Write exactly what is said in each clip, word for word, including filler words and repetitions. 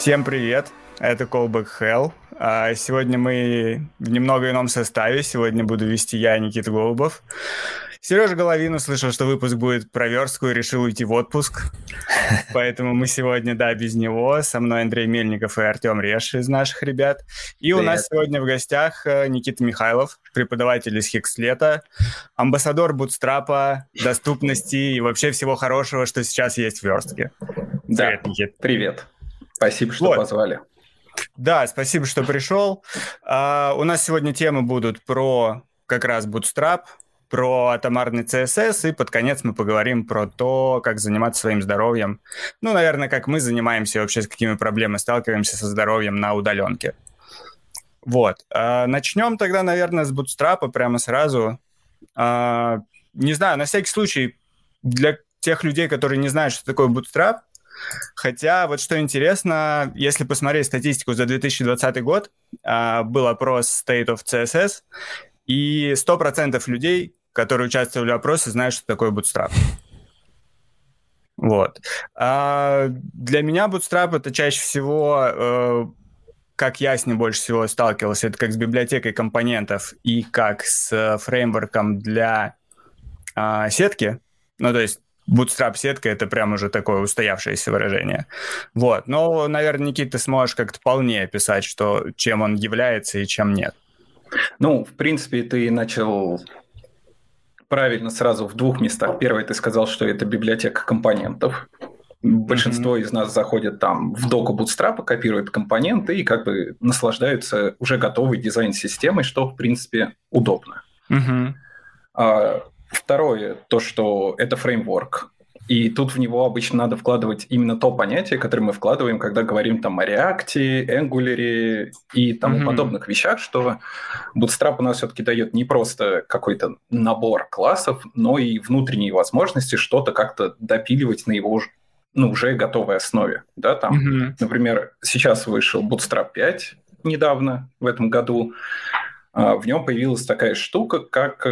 Всем привет, это Callback Hell. А сегодня мы в немного ином составе. Сегодня буду вести я, Никита Голубов. Сережа Головин услышал, что выпуск будет про верстку и решил уйти в отпуск. Поэтому мы сегодня, да, без него. Со мной Андрей Мельников и Артем Реш из наших ребят. И Привет. У нас сегодня в гостях Никита Михайлов, преподаватель из Хикслета, амбассадор бутстрапа, доступности и вообще всего хорошего, что сейчас есть в верстке. Да, Привет, Никит. Привет. Спасибо, что вот. позвали. Да, спасибо, что пришел. Uh, у нас сегодня темы будут про как раз Bootstrap, про атомарный си эс эс, и под конец мы поговорим про то, как заниматься своим здоровьем. Ну, наверное, как мы занимаемся, вообще с какими проблемами сталкиваемся со здоровьем на удаленке. Вот. Uh, начнем тогда, наверное, с Bootstrap прямо сразу. Uh, не знаю, на всякий случай, для тех людей, которые не знают, что такое Bootstrap, хотя, вот что интересно, если посмотреть статистику за две тысячи двадцатый год, был опрос State of си эс эс, и сто процентов людей, которые участвовали в опросе, знают, что такое Bootstrap. Вот. А для меня Bootstrap — это чаще всего, как я с ним больше всего сталкивался, это как с библиотекой компонентов и как с фреймворком для сетки. Ну, то есть Bootstrap-сетка — это прям уже такое устоявшееся выражение. Вот. Но, наверное, Никита, ты сможешь как-то полнее описать, что, чем он является и чем нет. Ну, в принципе, ты начал правильно сразу в двух местах. Первое, ты сказал, что это библиотека компонентов. Большинство mm-hmm. из нас заходят там в доку Bootstrap, копируют компоненты и как бы наслаждаются уже готовой дизайн-системой, что, в принципе, удобно. Mm-hmm. А Второе, то, что это фреймворк, и тут в него обычно надо вкладывать именно то понятие, которое мы вкладываем, когда говорим там о React, Angular и тому mm-hmm. подобных вещах, что Bootstrap у нас все-таки дает не просто какой-то набор классов, но и внутренние возможности что-то как-то допиливать на его ну, уже готовой основе. Да, там, mm-hmm. например, сейчас вышел Bootstrap пять недавно, в этом году, в нем появилась такая штука, как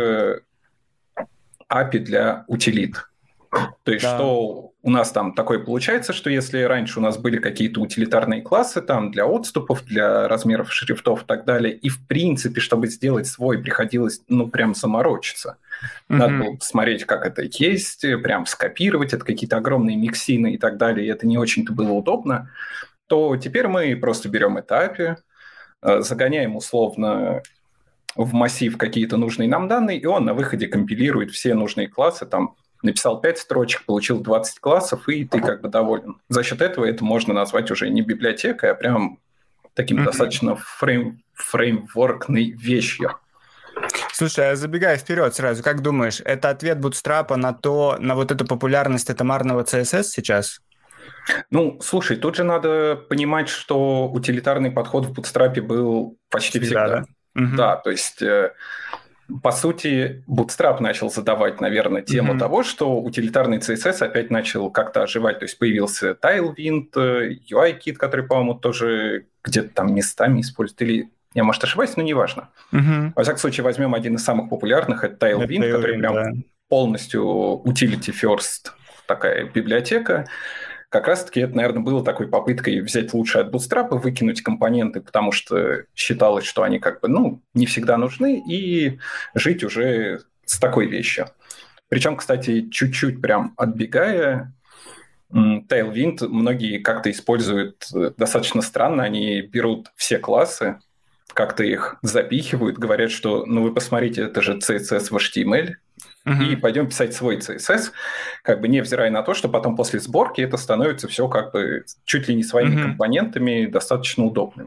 эй пи ай для утилит. То есть, да. что у нас там такое получается, что если раньше у нас были какие-то утилитарные классы там для отступов, для размеров шрифтов и так далее, и в принципе, чтобы сделать свой, приходилось, ну, прям заморочиться. Mm-hmm. Надо было посмотреть, как это есть, прям скопировать, это какие-то огромные миксины и так далее, и это не очень-то было удобно, то теперь мы просто берем это эй пи ай, загоняем условно в массив какие-то нужные нам данные, и он на выходе компилирует все нужные классы, там, написал пять строчек, получил двадцать классов, и ты как бы доволен. За счет этого это можно назвать уже не библиотекой, а прям таким mm-hmm. достаточно фрейм, фреймворкной вещью. Слушай, а забегая вперед сразу, как думаешь, это ответ Bootstrap на то, на вот эту популярность атомарного си эс эс сейчас? Ну, слушай, тут же надо понимать, что утилитарный подход в Bootstrap был почти всегда. всегда. Да? Uh-huh. Да, то есть, э, по сути, Bootstrap начал задавать, наверное, тему uh-huh. того, что утилитарный си эс эс опять начал как-то оживать. То есть, появился Tailwind, ю ай-Kit, который, по-моему, тоже где-то там местами использует. Или, я, может, ошибаюсь, но неважно. Uh-huh. Во всяком случае, возьмем один из самых популярных, это Tailwind, это Tailwind который прям да. полностью utility first такая библиотека. Как раз-таки это, наверное, было такой попыткой взять лучше от Bootstrap, выкинуть компоненты, потому что считалось, что они как бы, ну, не всегда нужны, и жить уже с такой вещью. Причем, кстати, чуть-чуть прям отбегая, Tailwind многие как-то используют достаточно странно, они берут все классы, как-то их запихивают, говорят, что, ну, вы посмотрите, это же си эс эс в эйч ти эм эль, Uh-huh. и пойдем писать свой си эс эс, как бы невзирая на то, что потом после сборки это становится все как бы чуть ли не своими uh-huh. компонентами достаточно удобными.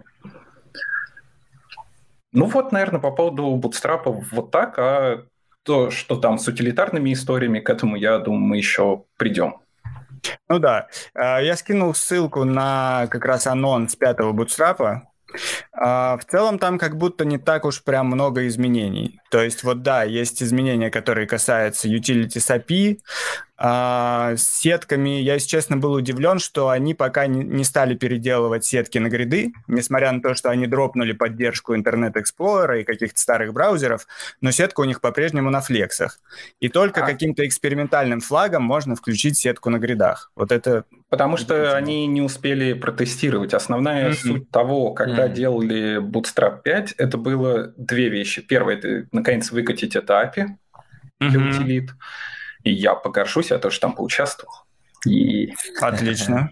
Ну вот, наверное, по поводу Bootstrap вот так, а то, что там с утилитарными историями, к этому, я думаю, мы еще придем. Ну да, я скинул ссылку на как раз анонс пятого Bootstrap. В целом там как будто не так уж прям много изменений. То есть вот да, есть изменения, которые касаются utilities эй пи ай. А, с сетками я, если честно, был удивлен, что они пока не, не стали переделывать сетки на гриды, несмотря на то, что они дропнули поддержку Internet Explorer и каких-то старых браузеров, но сетка у них по-прежнему на флексах. И только а. каким-то экспериментальным флагом можно включить сетку на гридах. Вот это Потому что они не успели протестировать. Основная mm-hmm. суть того, когда mm-hmm. делали Bootstrap пять, это было две вещи. Первое, это наконец выкатить это эй пи ай mm-hmm. для утилит. И я погоржусь, я тоже там поучаствовал. И... Отлично.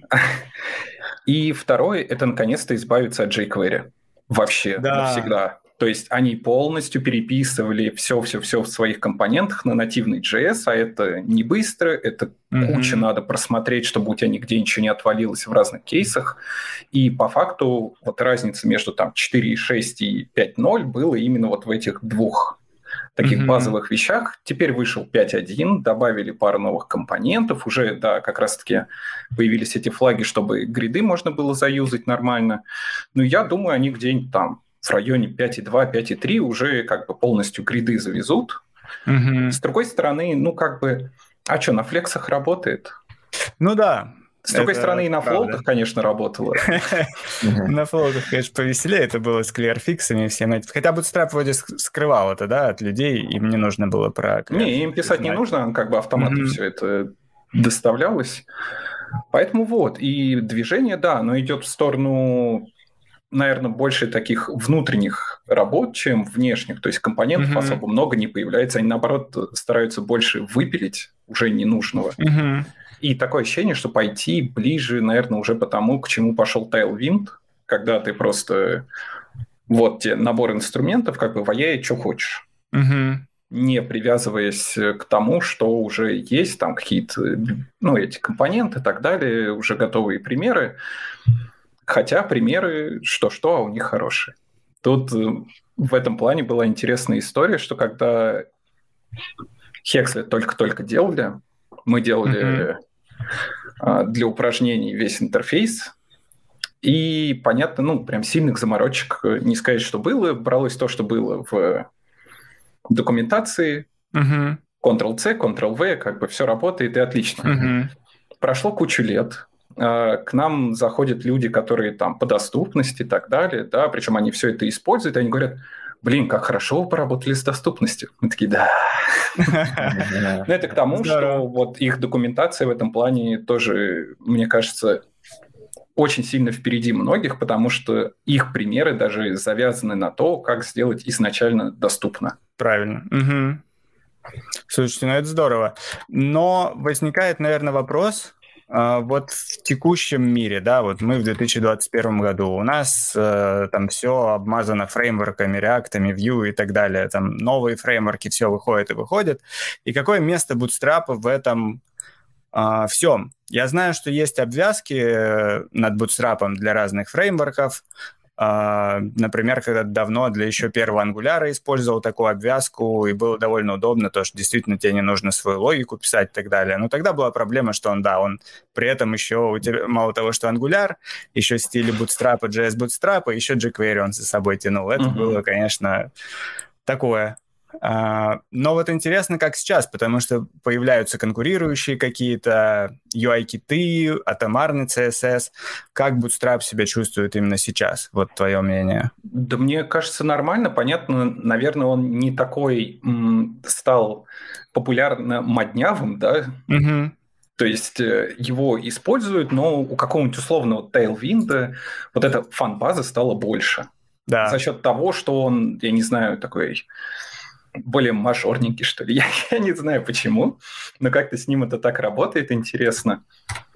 И второе, это наконец-то избавиться от jQuery. Вообще, да. навсегда. То есть они полностью переписывали все-все-все в своих компонентах на нативный джей эс, а это не быстро, это mm-hmm. куча надо просмотреть, чтобы у тебя нигде ничего не отвалилось в разных кейсах. И по факту вот разница между там четыре точка шесть и пять точка ноль была именно вот в этих двух таких mm-hmm. базовых вещах. Теперь вышел пять точка один, добавили пару новых компонентов, уже, да, как раз-таки появились эти флаги, чтобы гриды можно было заюзать нормально. Но я думаю, они где-нибудь там в районе пять точка два - пять точка три уже как бы полностью гриды завезут. Mm-hmm. С другой стороны, ну как бы, а что, на флексах работает? Ну да. С другой стороны, и на флоутах, конечно, работало. На флоутах, конечно, повеселее это было с клирфиксами и всем этим. Хотя Bootstrap вроде скрывал это, да, от людей, им не нужно было про... Не, им писать не нужно, как бы автоматом все это доставлялось. Поэтому вот, и движение, да, оно идет в сторону... наверное, больше таких внутренних работ, чем внешних. То есть компонентов mm-hmm. особо много не появляется. Они, наоборот, стараются больше выпилить уже ненужного. Mm-hmm. И такое ощущение, что пойти ближе, наверное, уже потому, к чему пошел Tailwind, когда ты просто... Вот тебе набор инструментов, как бы ваяй, что хочешь. Mm-hmm. Не привязываясь к тому, что уже есть, там какие-то, ну, эти компоненты и так далее, уже готовые примеры. Хотя примеры что-что, а у них хорошие. Тут в этом плане была интересная история, что когда Hexlet только-только делали, мы делали mm-hmm. для упражнений весь интерфейс, и, понятно, ну, прям сильных заморочек не сказать, что было. Бралось то, что было в документации. Mm-hmm. контрол-C, контрол-V, как бы все работает, и отлично. Mm-hmm. Прошло кучу лет. К нам заходят люди, которые там по доступности и так далее, да, причем они все это используют, и они говорят, блин, как хорошо вы поработали с доступностью. Мы такие, да. Но это к тому, что вот их документация в этом плане тоже, мне кажется, очень сильно впереди многих, потому что их примеры даже завязаны на то, как сделать изначально доступно. Правильно. Слушайте, ну это здорово. Но возникает, наверное, вопрос... Вот в текущем мире, да, вот мы в две тысячи двадцать первом году, у нас э, там все обмазано фреймворками, реактами, Vue и так далее, там новые фреймворки, все выходит и выходит. И какое место Bootstrap в этом э, всем? Я знаю, что есть обвязки над Bootstrap для разных фреймворков. Uh, например, когда давно для еще первого Angular использовал такую обвязку, и было довольно удобно, то, что действительно тебе не нужно свою логику писать и так далее. Но тогда была проблема, что он, да, он при этом еще, у тебя, мало того, что Angular, еще стили Bootstrap, джей эс Bootstrap, и еще jQuery он за собой тянул. Это uh-huh. было, конечно, такое. Uh, но вот интересно, как сейчас, потому что появляются конкурирующие какие-то ю ай-киты, атомарный си эс эс. Как Bootstrap себя чувствует именно сейчас? Вот твое мнение. Да мне кажется, нормально. Понятно, наверное, он не такой м, стал популярно моднявым, да? Mm-hmm. То есть его используют, но у какого-нибудь условного Tailwind вот эта фан-база стала больше. Да. За счет того, что он, я не знаю, такой... более мажорненький, что ли. Я, я не знаю, почему, но как-то с ним это так работает, интересно.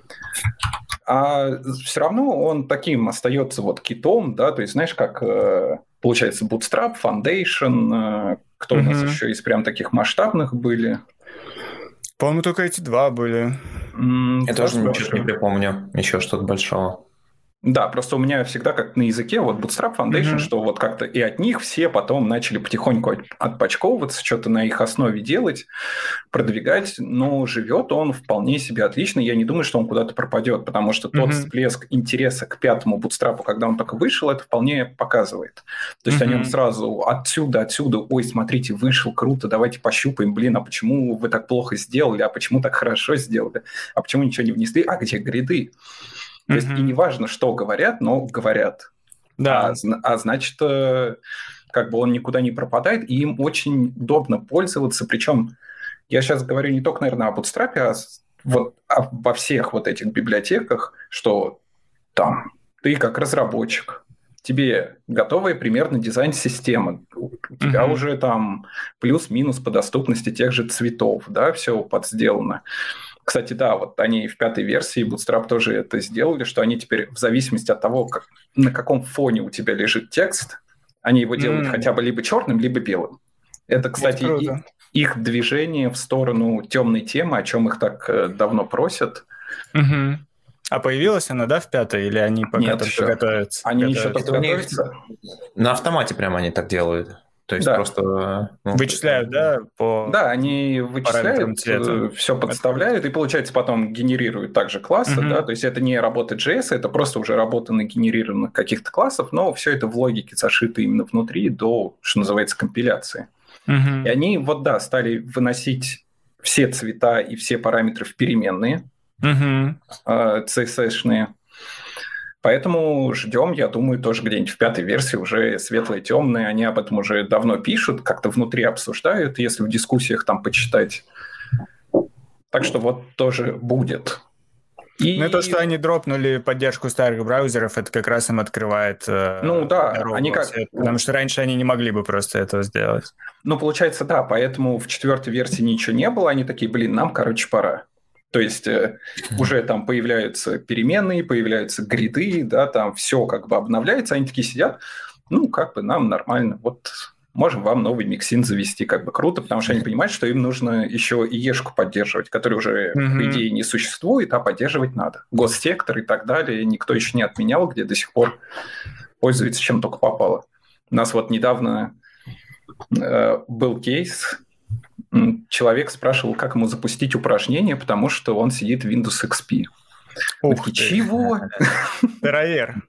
А все равно он таким остается вот китом, да, то есть, знаешь, как получается Bootstrap, Foundation, кто mm-hmm. у нас еще из прям таких масштабных были? По-моему, только эти два были. Mm, я тоже ничего не припомню, еще что-то большого. Да, просто у меня всегда как на языке вот Bootstrap Foundation, mm-hmm. что вот как-то и от них все потом начали потихоньку отпочковываться, что-то на их основе делать, продвигать, но живет он вполне себе отлично. Я не думаю, что он куда-то пропадет, потому что mm-hmm. тот всплеск интереса к пятому Bootstrap, когда он только вышел, это вполне показывает. То есть mm-hmm. о нем сразу отсюда, отсюда, ой, смотрите, вышел, круто, давайте пощупаем, блин, а почему вы так плохо сделали, а почему так хорошо сделали, а почему ничего не внесли, а где гриды? То есть mm-hmm. и не важно, что говорят, но говорят. Да. А, а значит, как бы он никуда не пропадает, и им очень удобно пользоваться. Причем я сейчас говорю не только, наверное, о Bootstrap, а вот во всех вот этих библиотеках, что там ты как разработчик, тебе готовая примерно дизайн-система, у тебя uh-huh. уже там плюс-минус по доступности тех же цветов, да, все подсделано. Кстати, да, вот они в пятой версии Bootstrap тоже это сделали, что они теперь в зависимости от того, как, на каком фоне у тебя лежит текст, они его делают mm. хотя бы либо черным, либо белым. Это, кстати, и, их движение в сторону темной темы, о чем их так э, давно просят. Mm-hmm. А появилась она, да, в пятой, или они пока Нет, только еще. готовятся? Они готовятся. еще только готовятся. На автомате прямо они так делают. То есть да. просто... Ну, вычисляют, да? По да, они вычисляют, все подставляют, и, получается, потом генерируют также классы, uh-huh. да, то есть это не работа джей эс, это просто уже работа на генерированных каких-то классов, но все это в логике зашито именно внутри до, что называется, компиляции. Uh-huh. И они, вот да, стали выносить все цвета и все параметры в переменные, uh-huh. э, си эс эс-шные. Поэтому ждем, я думаю, тоже где-нибудь в пятой версии уже светлые, темные. Они об этом уже давно пишут, как-то внутри обсуждают, если в дискуссиях там почитать. Так что вот тоже будет. И... Ну и то, что они дропнули поддержку старых браузеров, это как раз им открывает э, ну, да, дорогу. Они как... Потому что раньше они не могли бы просто этого сделать. Ну, получается, да. Поэтому в четвертой версии ничего не было. Они такие, блин, нам, короче, пора. То есть э, уже там появляются переменные, появляются гриды, да, там все как бы обновляется, они такие сидят, ну, как бы нам нормально, вот можем вам новый миксин завести, как бы круто, потому что они понимают, что им нужно еще и ешку поддерживать, которая уже, mm-hmm. по идее, не существует, а поддерживать надо. Госсектор и так далее никто еще не отменял, где до сих пор пользуется чем только попало. У нас вот недавно э, был кейс... Человек спрашивал, как ему запустить упражнение, потому что он сидит в Windows икс пи. Ух ты. Чего? Терраер.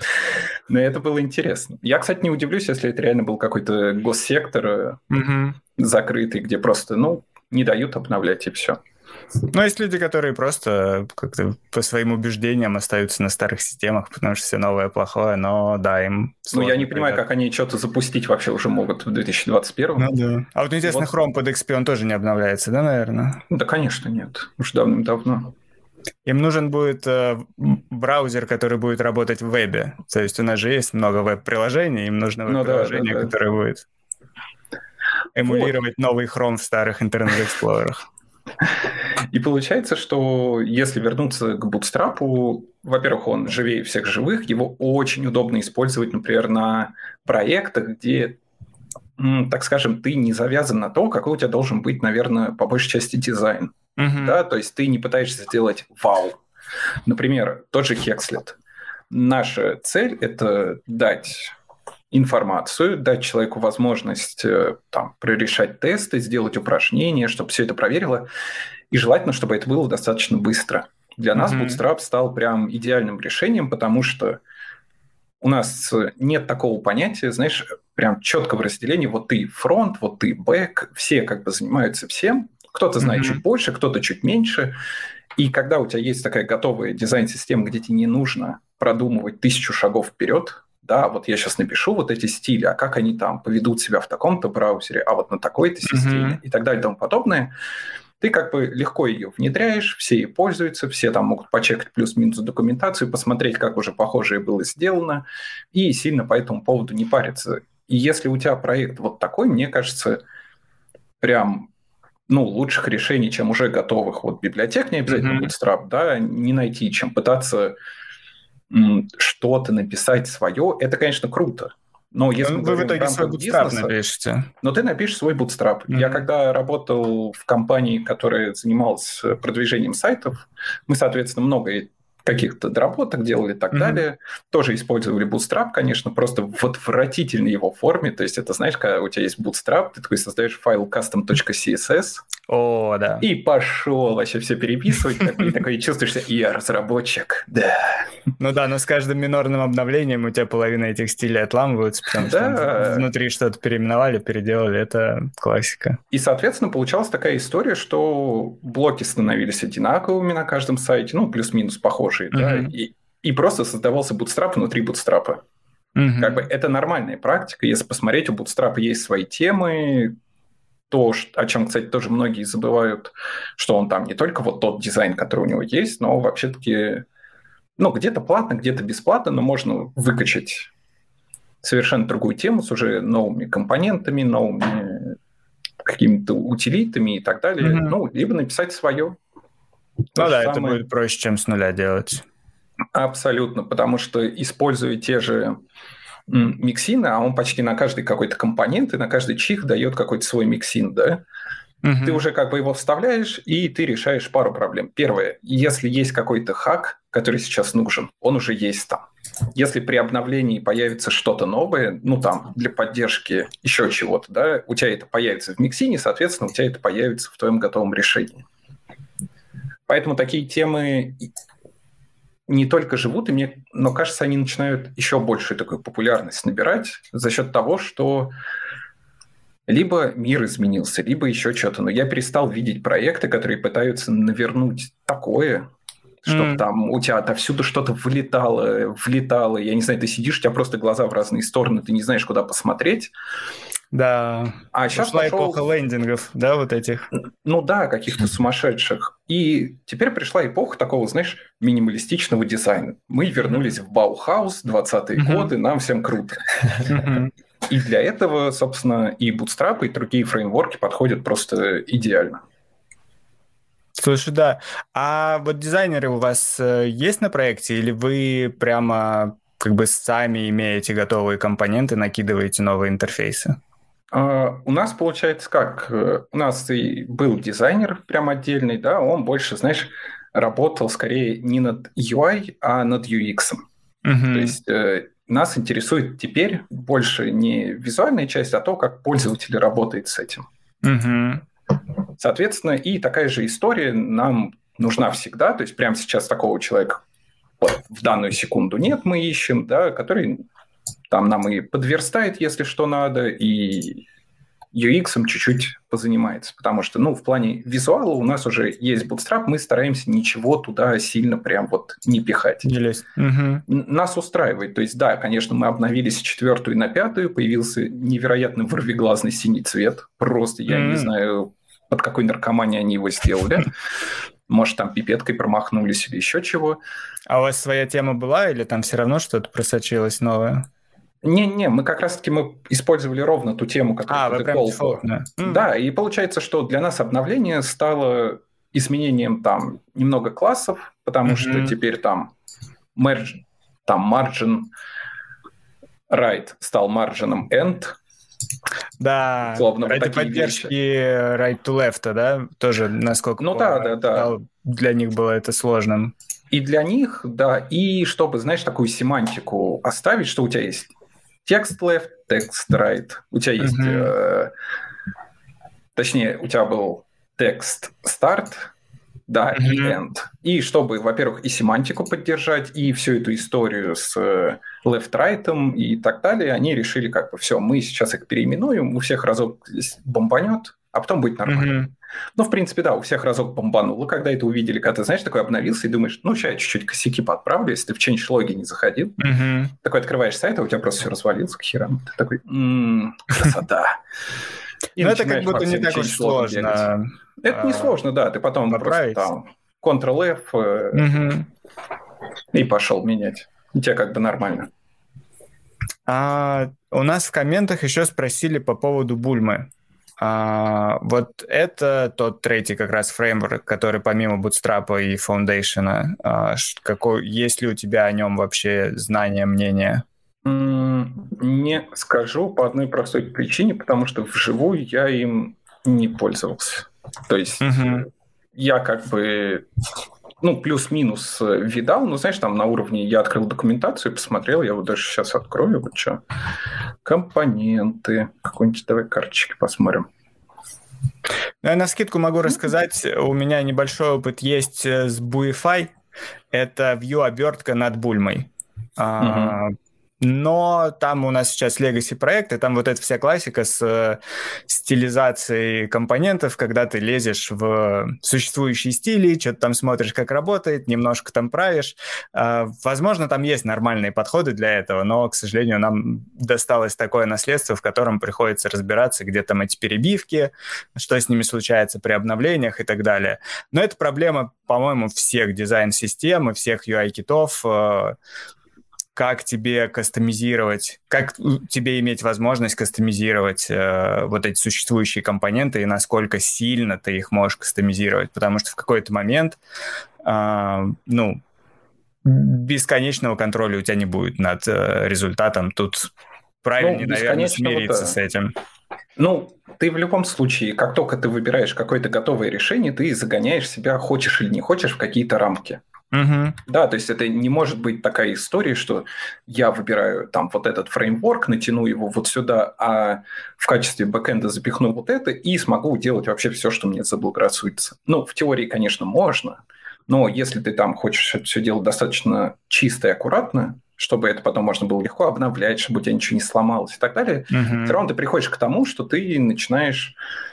Но это было интересно. Я, кстати, не удивлюсь, если это реально был какой-то госсектор угу. закрытый, где просто, ну, не дают обновлять и все. Ну, есть люди, которые просто как-то по своим убеждениям остаются на старых системах, потому что все новое плохое, но да, им Ну, я не понимаю, как они что-то запустить вообще уже могут в две тысячи двадцать первом. Ну, да. А вот интересно, вот. Chrome под икс пи, он тоже не обновляется, да, наверное? Да, конечно, нет. Уж давным-давно. Им нужен будет э, браузер, который будет работать в вебе. То есть у нас же есть много веб-приложений, им нужно веб-приложение, ну, да, да, которое да. будет эмулировать вот. Новый Chrome в старых интернет-эксплорерах. И получается, что если вернуться к Bootstrap, во-первых, он живее всех живых, его очень удобно использовать, например, на проектах, где, так скажем, ты не завязан на то, какой у тебя должен быть, наверное, по большей части дизайн. Uh-huh. Да? То есть ты не пытаешься сделать вау. Например, тот же Hexlet. Наша цель – это дать информацию, дать человеку возможность там, прорешать тесты, сделать упражнения, чтобы все это проверило. И желательно, чтобы это было достаточно быстро. Для нас mm-hmm. Bootstrap стал прям идеальным решением, потому что у нас нет такого понятия, знаешь, прям четкого разделения. Вот ты фронт, вот ты бэк, все как бы занимаются всем. Кто-то знает mm-hmm. чуть больше, кто-то чуть меньше. И когда у тебя есть такая готовая дизайн-система, где тебе не нужно продумывать тысячу шагов вперед, да, вот я сейчас напишу вот эти стили, а как они там поведут себя в таком-то браузере, а вот на такой-то системе mm-hmm. и так далее и тому подобное, ты как бы легко ее внедряешь, все ей пользуются, все там могут почекать плюс-минус документацию, посмотреть, как уже похожее было сделано, и сильно по этому поводу не париться. И если у тебя проект вот такой, мне кажется, прям, ну, лучших решений, чем уже готовых вот библиотек, не обязательно mm-hmm. Bootstrap, да, не найти, чем пытаться что-то написать свое, это, конечно, круто. Но если ну, мы вы в итоге свой Bootstrap бизнеса, напишите. Но ты напишешь свой Bootstrap. Mm-hmm. Я когда работал в компании, которая занималась продвижением сайтов, мы, соответственно, много каких-то доработок делали и так mm-hmm. далее. Тоже использовали Bootstrap, конечно, просто в отвратительной его форме. То есть это, знаешь, когда у тебя есть Bootstrap, ты такой создаешь файл custom.css, О, да. И пошел вообще все переписывать, и такой чувствуешь себя, я разработчик, да. Ну да, но с каждым минорным обновлением у тебя половина этих стилей отламываются, потому что внутри что-то переименовали, переделали, это классика. И, соответственно, получалась такая история, что блоки становились одинаковыми на каждом сайте, ну, плюс-минус похожие, да, и, и просто создавался Bootstrap внутри Bootstrap. Как бы это нормальная практика, если посмотреть, у Bootstrap есть свои темы, то, о чем, кстати, тоже многие забывают, что он там не только вот тот дизайн, который у него есть, но вообще-таки, ну, где-то платно, где-то бесплатно, но можно выкачать совершенно другую тему с уже новыми компонентами, новыми какими-то утилитами и так далее. Mm-hmm. Ну, либо написать свое. Ну да, самое... это будет проще, чем с нуля делать. Абсолютно, потому что, используя те же миксины, а он почти на каждый какой-то компонент и на каждый чих дает какой-то свой миксин, да, угу. Ты уже как бы его вставляешь, и ты решаешь пару проблем. Первое, если есть какой-то хак, который сейчас нужен, он уже есть там. Если при обновлении появится что-то новое, ну там, для поддержки еще чего-то, да, у тебя это появится в миксине, соответственно, у тебя это появится в твоем готовом решении. Поэтому такие темы не только живут, и мне, но кажется, они начинают еще большую такую популярность набирать за счет того, что либо мир изменился, либо еще что-то. Но я перестал видеть проекты, которые пытаются навернуть такое, чтобы mm. там у тебя отовсюду что-то вылетало, влетало. Я не знаю, ты сидишь, у тебя просто глаза в разные стороны, ты не знаешь, куда посмотреть. Да, а сейчас пошла пошел... эпоха лендингов, да, вот этих? Ну да, каких-то сумасшедших. И теперь пришла эпоха такого, знаешь, минималистичного дизайна. Мы вернулись в Баухаус, двадцатые mm-hmm. годы, нам всем круто. Mm-hmm. И для этого, собственно, и Bootstrap, и другие фреймворки подходят просто идеально. Слушай, да. А вот дизайнеры у вас есть на проекте, или вы прямо как бы сами имеете готовые компоненты, накидываете новые интерфейсы? Uh, у нас получается как? У нас и был дизайнер прям отдельный, да, он больше, знаешь, работал скорее не над ю ай, а над ю экс. Uh-huh. То есть э, нас интересует теперь больше не визуальная часть, а то, как пользователь работает с этим. Uh-huh. Соответственно, и такая же история нам нужна всегда. То есть прямо сейчас такого человека вот, в данную секунду нет, мы ищем, да, который... Там нам и подверстает, если что надо, и ю экс-ом чуть-чуть позанимается. Потому что, ну, в плане визуала у нас уже есть Bootstrap, мы стараемся ничего туда сильно прям вот не пихать. Не лезть. Угу. Нас устраивает. То есть, да, конечно, мы обновились четвертую на пятую, появился невероятно ворвиглазный синий цвет. Просто я mm-hmm. не знаю, под какой наркоманией они его сделали. Может, там пипеткой промахнулись или еще чего. А у вас своя тема была, или там все равно что-то просочилось новое? Не-не, мы как раз-таки мы использовали ровно ту тему, которую а, по дефолту. Да. да, и получается, что для нас обновление стало изменением там немного классов, потому mm-hmm. что теперь там merge, там margin right стал margin end. Да, Словно ради вот поддержки вещи. right to left, да, тоже, насколько ну, да, да, да. для них было это сложным. И для них, да, и чтобы, знаешь, такую семантику оставить, что у тебя есть текст left, текст right, у тебя есть, mm-hmm. э, точнее, у тебя был текст start, да, mm-hmm. и end. И чтобы, во-первых, и семантику поддержать, и всю эту историю с left-right и так далее, они решили, как бы, все, мы сейчас их переименуем, у всех разок бомбанет, а потом будет нормально. Mm-hmm. Ну, в принципе, да, у всех разок бомбануло, когда это увидели, когда ты, знаешь, такой обновился и думаешь, ну, сейчас я чуть-чуть косяки подправлю, если ты в changelog не заходил. Mm-hmm. Такой открываешь сайт, а у тебя просто все развалилось к херам. Ты такой, м-м, красота. Ну, это как будто не так уж сложно. Это не сложно, да, ты потом просто там контрол-эф и пошел менять. У тебя как бы нормально. У нас в комментах еще спросили по поводу Бульмы. А, вот это тот третий как раз фреймворк, который помимо Bootstrap и Foundation, а, какой, есть ли у тебя о нем вообще знание, мнение? Не скажу по одной простой причине, потому что вживую я им не пользовался. То есть uh-huh. я как бы, ну, плюс-минус видал, но, знаешь, там на уровне я открыл документацию, посмотрел, я вот даже сейчас открою, вот что. Компоненты. Какой-нибудь, давай карточки посмотрим. Я на скидку могу рассказать, у меня небольшой опыт есть с Buify. Это view-обертка над Бульмой. Uh-huh. Но там у нас сейчас legacy проект, и там вот эта вся классика с э, стилизацией компонентов, когда ты лезешь в существующие стили, что-то там смотришь, как работает, немножко там правишь. Э, возможно, там есть нормальные подходы для этого, но, к сожалению, нам досталось такое наследство, в котором приходится разбираться, где там эти перебивки, что с ними случается при обновлениях и так далее. Но это проблема, по-моему, всех дизайн-систем и всех ю ай-китов, э, как тебе кастомизировать, как тебе иметь возможность кастомизировать э, вот эти существующие компоненты и насколько сильно ты их можешь кастомизировать, потому что в какой-то момент, э, ну, бесконечного контроля у тебя не будет над э, результатом. Тут правильнее, ну, наверное, смириться с этим. Ну, ты в любом случае, как только ты выбираешь какое-то готовое решение, ты загоняешь себя, хочешь или не хочешь, в какие-то рамки. Uh-huh. Да, то есть это не может быть такая история, что я выбираю там вот этот фреймворк, натяну его вот сюда, а в качестве бэкэнда запихну вот это и смогу делать вообще все, что мне заблагорассудится. Ну, в теории, конечно, можно, но если ты там хочешь это все делать достаточно чисто и аккуратно, чтобы это потом можно было легко обновлять, чтобы у тебя ничего не сломалось и так далее, uh-huh. все равно ты приходишь к тому, что ты начинаешь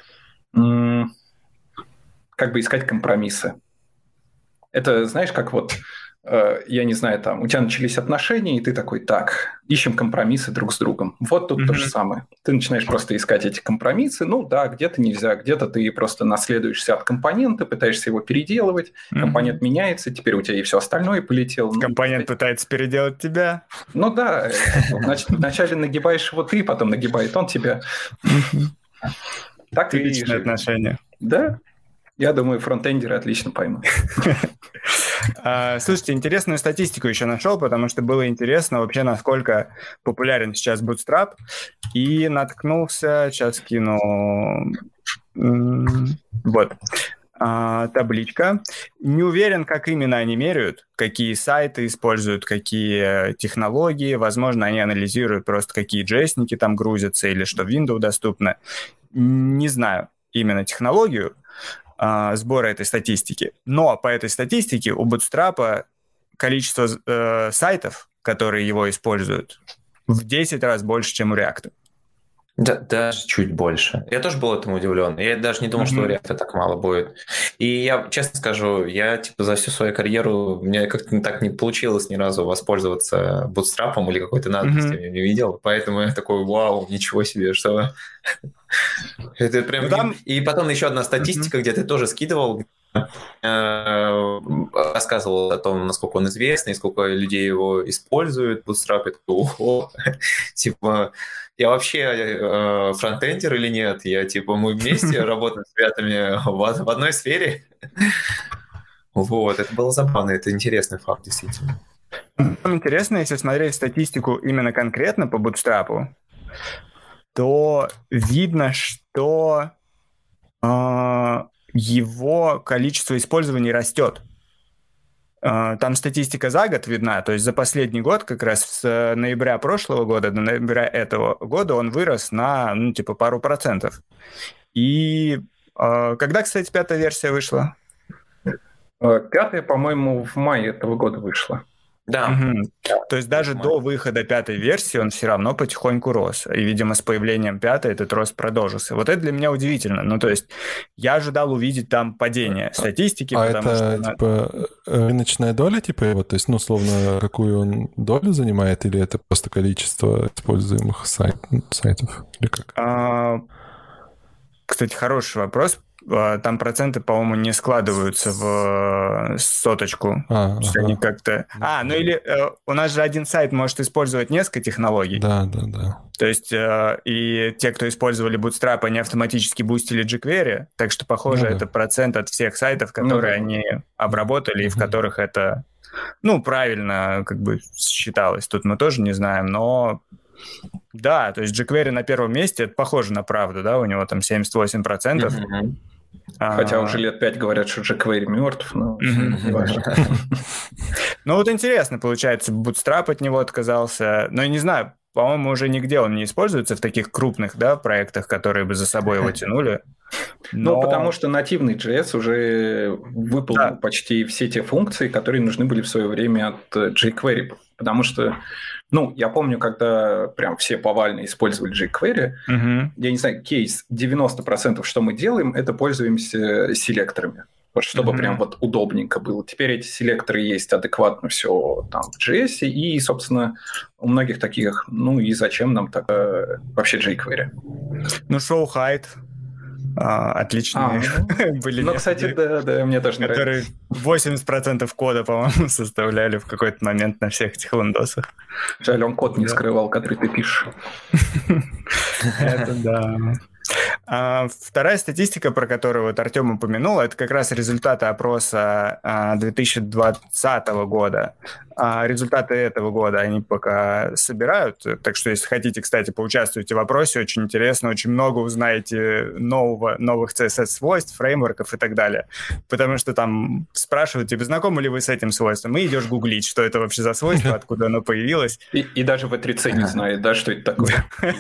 м- как бы искать компромиссы. Это, знаешь, как вот, э, я не знаю, там, у тебя начались отношения, и ты такой, так, ищем компромиссы друг с другом. Вот тут mm-hmm. то же самое. Ты начинаешь просто искать эти компромиссы. Ну да, где-то нельзя, где-то ты просто наследуешься от компонента, пытаешься его переделывать, mm-hmm. компонент меняется, теперь у тебя и все остальное полетело. Компонент ну, пытается переделать тебя. Ну да, вначале нагибаешь его ты, потом нагибает он тебя. Так и личные отношения. Да. Я думаю, фронтендеры отлично поймут. Слушайте, интересную статистику еще нашел, потому что было интересно вообще, насколько популярен сейчас Bootstrap. И наткнулся, сейчас кину... Вот. Табличка. Не уверен, как именно они меряют, какие сайты используют, какие технологии. Возможно, они анализируют просто, какие джейсники там грузятся или что в Windows доступно. Не знаю именно технологию сбора этой статистики. Но по этой статистике у Bootstrap количество э, сайтов, которые его используют, в десять раз больше, чем у React. Да, даже чуть больше. Я тоже был этому удивлен. Я даже не думал, mm-hmm. что у React так мало будет. И я честно скажу, я типа за всю свою карьеру, у меня как-то так не получилось ни разу воспользоваться Bootstrap или какой-то надписью, mm-hmm. я не видел. Поэтому я такой, вау, ничего себе, что... Это прям... Ну, там... И потом еще одна статистика, mm-hmm. где ты тоже скидывал, рассказывал о том, насколько он известный, сколько людей его используют, Bootstrap. Я такой, ого, типа... Я вообще э, фронтендер или нет? Я, типа, мы вместе работаем с ребятами в, в одной сфере. Вот, это было забавно, это интересный факт, действительно. Интересно, если смотреть статистику именно конкретно по Bootstrap, то видно, что э, его количество использований растет. Там статистика за год видна, то есть за последний год, как раз с ноября прошлого года до ноября этого года он вырос на, ну, типа, пару процентов. И э, когда, кстати, пятая версия вышла? Пятая, по-моему, в мае этого года вышла. Да. Угу. То есть даже до выхода пятой версии он все равно потихоньку рос. И, видимо, с появлением пятой этот рост продолжился. Вот это для меня удивительно. Ну, то есть я ожидал увидеть там падение статистики. А это, что типа, она... рыночная доля, типа, его? То есть, ну, условно, какую он долю занимает? Или это просто количество используемых сайт, сайтов? Или как? А... Кстати, хороший вопрос. Там проценты, по-моему, не складываются в соточку. А, ага. Они как-то... А, ну или э, у нас же один сайт может использовать несколько технологий. Да, да, да. То есть э, и те, кто использовали Bootstrap, они автоматически бустили jQuery, так что, похоже, ну, это да. процент от всех сайтов, которые ну, да. они обработали, и в которых это, ну, правильно как бы считалось. Тут мы тоже не знаем, но... Да, то есть jQuery на первом месте, это похоже на правду, да, у него там семьдесят восемь процентов. Mm-hmm. Хотя а... уже лет пять говорят, что jQuery мертв, но не важно. Ну вот интересно, получается, Bootstrap от него отказался, но я не знаю, по-моему, уже нигде он не используется в таких крупных, да, проектах, которые бы за собой его тянули. Но... Ну, потому что нативный джей эс уже выполнил да. почти все те функции, которые нужны были в свое время от jQuery. Потому что, ну, я помню, когда прям все повально использовали jQuery, угу. я не знаю, кейс, девяносто процентов, что мы делаем, это пользуемся селекторами. Вот чтобы mm-hmm. прям вот удобненько было. Теперь эти селекторы есть адекватно все там в джей эс, и, собственно, у многих таких, ну и зачем нам так э, вообще jQuery? Ну, show height. А, отличные а, были. Ну, кстати, да, да, мне тоже нравится. Которые восемьдесят процентов кода, по-моему, составляли в какой-то момент на всех этих лендосах. Жаль, он код не скрывал, который ты пишешь. Это да. А вторая статистика, про которую вот Артем упомянул, это как раз результаты опроса две тысячи двадцатого года. А результаты этого года они пока собирают, так что если хотите, кстати, поучаствуйте в опросе, очень интересно, очень много узнаете нового, новых си эс эс-свойств, фреймворков и так далее. Потому что там спрашивают, типа, знакомы ли вы с этим свойством, и идешь гуглить, что это вообще за свойство, откуда оно появилось. И, и даже ви три си не знает, да, что это такое.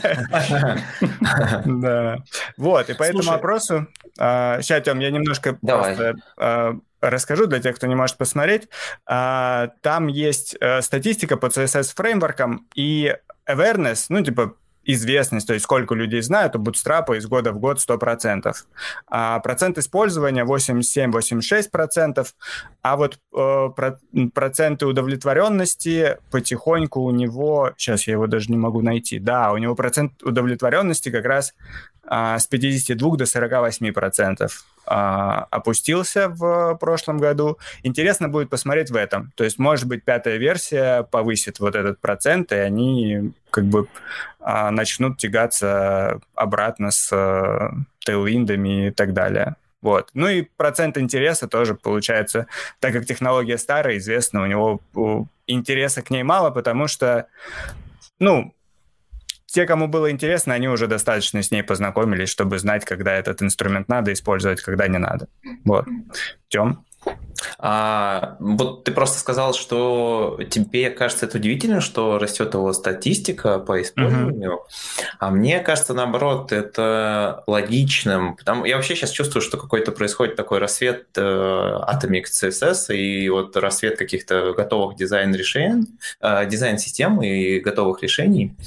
Да. Вот, и по этому опросу... Сейчас, Тём, я немножко просто... расскажу для тех, кто не может посмотреть. Там есть статистика по си эс эс-фреймворкам и awareness, ну, типа, известность, то есть сколько людей знают о Bootstrap из года в год сто процентов. А процент использования восемьдесят семь - восемьдесят шесть процентов, а вот э, про, проценты удовлетворенности потихоньку у него... Сейчас я его даже не могу найти. Да, у него процент удовлетворенности как раз э, с пятидесяти двух до сорока восьми процентов. Опустился в прошлом году. Интересно будет посмотреть в этом. То есть, может быть, пятая версия повысит вот этот процент, и они как бы начнут тягаться обратно с тейлвиндами и так далее. Вот. Ну и процент интереса тоже получается, так как технология старая, известна, у него интереса к ней мало, потому что, ну, те, кому было интересно, они уже достаточно с ней познакомились, чтобы знать, когда этот инструмент надо использовать, когда не надо. Вот. Тём? А, вот ты просто сказал, что тебе кажется это удивительно, что растет его статистика по использованию, uh-huh. а мне кажется, наоборот, это логичным. Потому, я вообще сейчас чувствую, что какой-то происходит такой рассвет э, Atomic си эс эс и вот рассвет каких-то готовых дизайн-решений, э, дизайн-систем и готовых решений.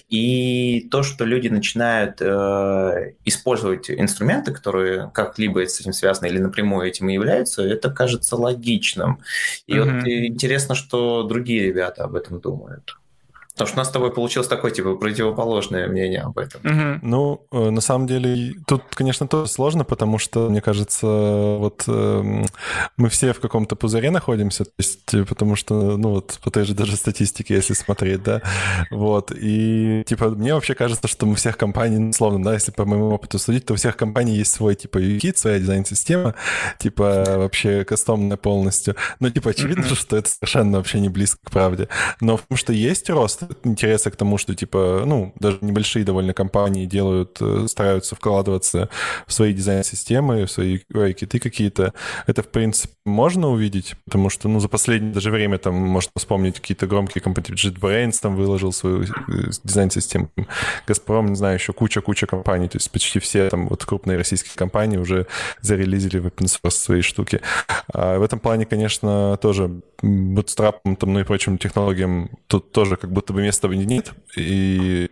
И то, что люди начинают э, использовать инструменты, которые как-либо с этим связаны или напрямую этим и являются, это кажется логичным. И mm-hmm. вот интересно, что другие ребята об этом думают. Потому что у нас с тобой получилось такое, типа, противоположное мнение об этом. Mm-hmm. Ну, на самом деле, тут, конечно, тоже сложно, потому что, мне кажется, вот э, мы все в каком-то пузыре находимся, то есть, потому что, ну, вот по той же даже статистике, если смотреть, да, вот, и, типа, мне вообще кажется, что у всех компаний, условно, да, если по моему опыту судить, то у всех компаний есть свой, типа, ю ай-кит, своя дизайн-система, типа, вообще кастомная полностью, но, типа, очевидно, mm-hmm. что это совершенно вообще не близко к правде, но потому что есть рост интереса к тому, что, типа, ну, даже небольшие довольно компании делают, стараются вкладываться в свои дизайн-системы, в свои ю ай-киты какие-то. Это, в принципе, можно увидеть, потому что, ну, за последнее даже время, там, можно вспомнить какие-то громкие компании, JetBrains там выложил свою дизайн-систему, Газпром, не знаю, еще куча-куча компаний, то есть почти все там вот крупные российские компании уже зарелизили в open source свои штуки. А в этом плане, конечно, тоже Bootstrap, там, ну и прочим технологиям тут тоже как будто бы места нет, и,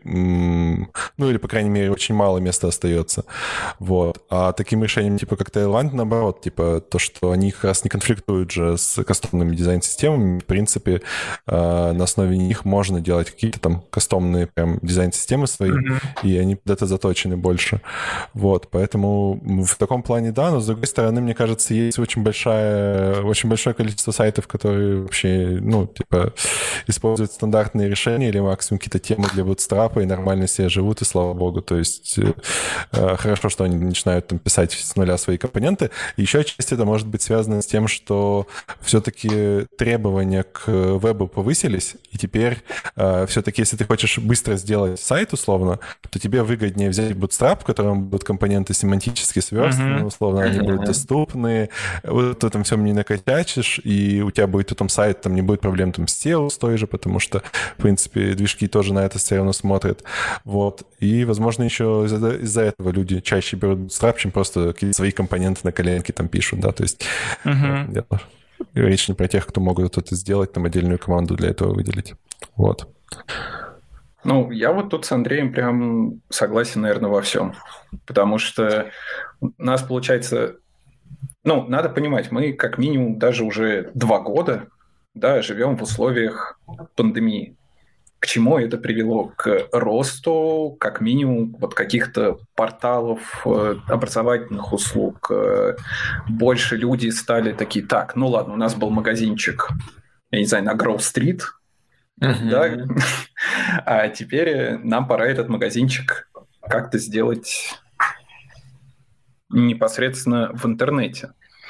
ну или, по крайней мере, очень мало места остается. Вот. А таким решением, типа, как Tailwind, наоборот, типа, то, что они как раз не конфликтуют же с кастомными дизайн-системами, в принципе, на основе них можно делать какие-то там кастомные прям дизайн-системы свои, mm-hmm. и они под это заточены больше. Вот, поэтому в таком плане, да, но с другой стороны, мне кажется, есть очень большая, очень большое количество сайтов, которые вообще, ну, типа, используют стандартные решения или максимум какие-то темы для Bootstrap и нормально себе живут, и слава богу. То есть э, хорошо, что они начинают там писать с нуля свои компоненты. И еще отчасти это может быть связано с тем, что все-таки требования к вебу повысились, и теперь э, все-таки, если ты хочешь быстро сделать сайт, условно, то тебе выгоднее взять Bootstrap, в котором будут компоненты семантически сверстаны, mm-hmm. условно, они mm-hmm. будут доступны, вот в этом всем не накосячишь, и у тебя будет потом сайт, там не будет проблем там с сео с той же, потому что, в принципе, принципе, движки тоже на это все равно смотрят. Вот. И, возможно, еще из-за, из-за этого люди чаще берут Bootstrap, чем просто какие-то свои компоненты на коленке там пишут, да, то есть uh-huh. речь не про тех, кто могут это сделать, там отдельную команду для этого выделить. Вот. Ну, я вот тут с Андреем прям согласен, наверное, во всем. Потому что у нас получается... Ну, надо понимать, мы как минимум даже уже два года, да, живем в условиях пандемии. К чему это привело? К росту, как минимум, вот каких-то порталов, образовательных услуг. Больше люди стали такие, так, ну ладно, у нас был магазинчик, я не знаю, на Гроув-стрит, Uh-huh. да? А теперь нам пора этот магазинчик как-то сделать непосредственно в интернете.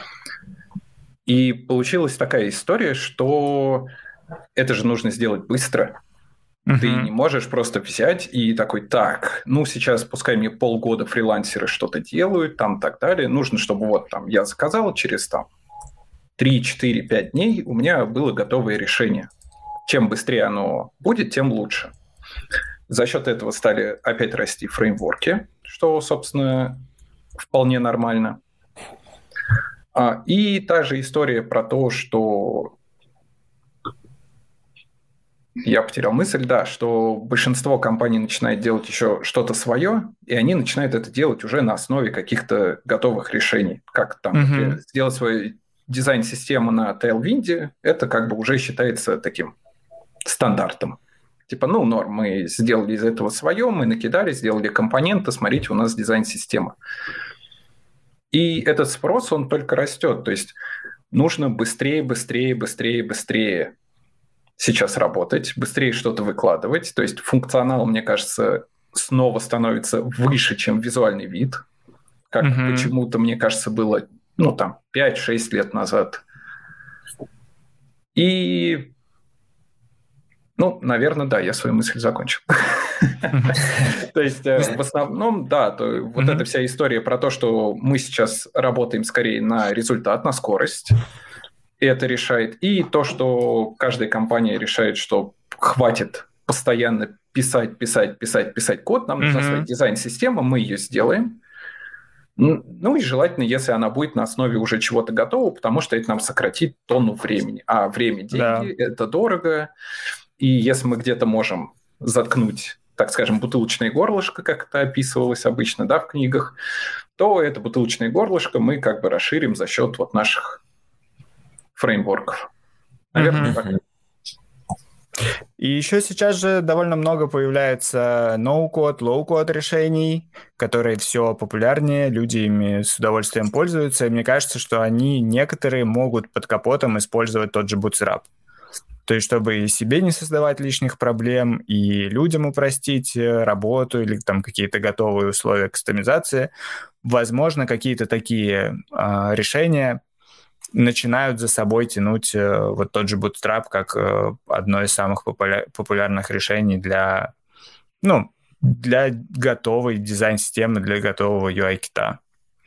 И получилась такая история, что это же нужно сделать быстро. Uh-huh. Ты не можешь просто взять и такой, так, ну сейчас пускай мне полгода фрилансеры что-то делают, там так далее. Нужно, чтобы вот там я заказал через там три, четыре, пять дней у меня было готовое решение. Чем быстрее оно будет, тем лучше. За счет этого стали опять расти фреймворки, что, собственно, вполне нормально. И та же история про то, что... Я потерял мысль, да, что большинство компаний начинает делать еще что-то свое, и они начинают это делать уже на основе каких-то готовых решений. Как там mm-hmm. сделать свою дизайн-систему на Tailwind, это как бы уже считается таким стандартом. Типа, ну, норм, мы сделали из этого свое, мы накидали, сделали компоненты, смотрите, у нас дизайн-система. И этот спрос, он только растет. То есть нужно быстрее, быстрее, быстрее, быстрее сейчас работать, быстрее что-то выкладывать. То есть функционал, мне кажется, снова становится выше, чем визуальный вид. Как mm-hmm. почему-то, мне кажется, было, ну, там, пять-шесть лет назад. И... Ну, наверное, да, я свою мысль закончил. То есть, в основном, да, вот эта вся история про то, что мы сейчас работаем скорее на результат, на скорость, это решает. И то, что каждая компания решает, что хватит постоянно писать, писать, писать, писать код, нам нужна своя дизайн-система, мы ее сделаем. Ну и желательно, если она будет на основе уже чего-то готового, потому что это нам сократит тонну времени. А время – деньги, это дорого. И если мы где-то можем заткнуть, так скажем, бутылочное горлышко, как это описывалось обычно, да, в книгах, то это бутылочное горлышко мы как бы расширим за счет вот наших фреймворков. Наверное, mm-hmm. так. И еще сейчас же довольно много появляется no-code, low-code решений, которые все популярнее, люди ими с удовольствием пользуются, и мне кажется, что они некоторые могут под капотом использовать тот же Bootstrap. То есть, чтобы и себе не создавать лишних проблем, и людям упростить работу или там какие-то готовые условия кастомизации, возможно, какие-то такие э, решения начинают за собой тянуть э, вот тот же Bootstrap как э, одно из самых популя- популярных решений для, ну, для готовой дизайн-системы, для готового ю ай-кита.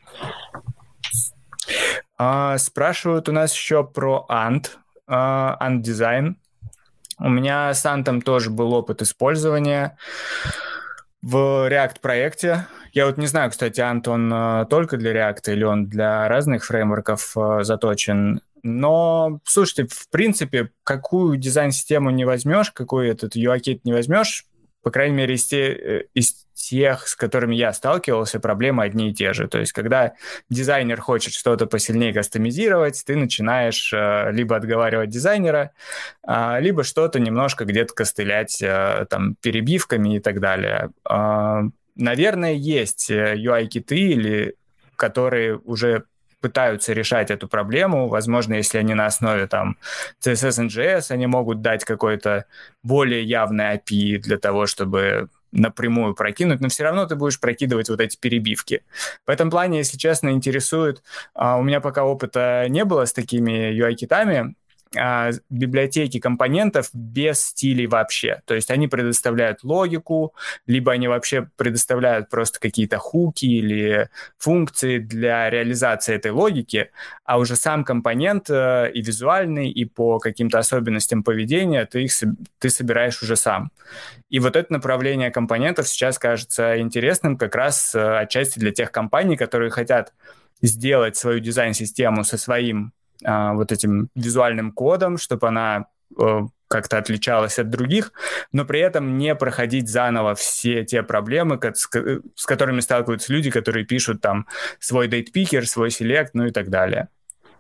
А, спрашивают у нас еще про Ant. Uh, Ant Design. У меня с Ant тоже был опыт использования в React-проекте. Я вот не знаю, кстати, Ant, он uh, только для React или он для разных фреймворков uh, заточен. Но, слушайте, в принципе, какую дизайн-систему не возьмешь, какой этот ю ай-кит не возьмешь, по крайней мере, из, те, из тех, с которыми я сталкивался, проблемы одни и те же. То есть, когда дизайнер хочет что-то посильнее кастомизировать, ты начинаешь э, либо отговаривать дизайнера, э, либо что-то немножко где-то костылять э, там, перебивками и так далее. Э, наверное, есть ю ай-киты, или, которые уже пытаются решать эту проблему. Возможно, если они на основе там си эс эс и джей эс, они могут дать какой-то более явный эй пи ай для того, чтобы напрямую прокинуть, но все равно ты будешь прокидывать вот эти перебивки. В этом плане, если честно, интересует, у меня пока опыта не было с такими ю ай-китами, а, библиотеки компонентов без стилей вообще. То есть они предоставляют логику, либо они вообще предоставляют просто какие-то хуки или функции для реализации этой логики, а уже сам компонент э, и визуальный, и по каким-то особенностям поведения ты их ты собираешь уже сам. И вот это направление компонентов сейчас кажется интересным как раз э, отчасти для тех компаний, которые хотят сделать свою дизайн-систему со своим э, вот этим визуальным кодом, чтобы она э, как-то отличалась от других, но при этом не проходить заново все те проблемы, с, с которыми сталкиваются люди, которые пишут там свой дейтпикер, свой селект, ну и так далее.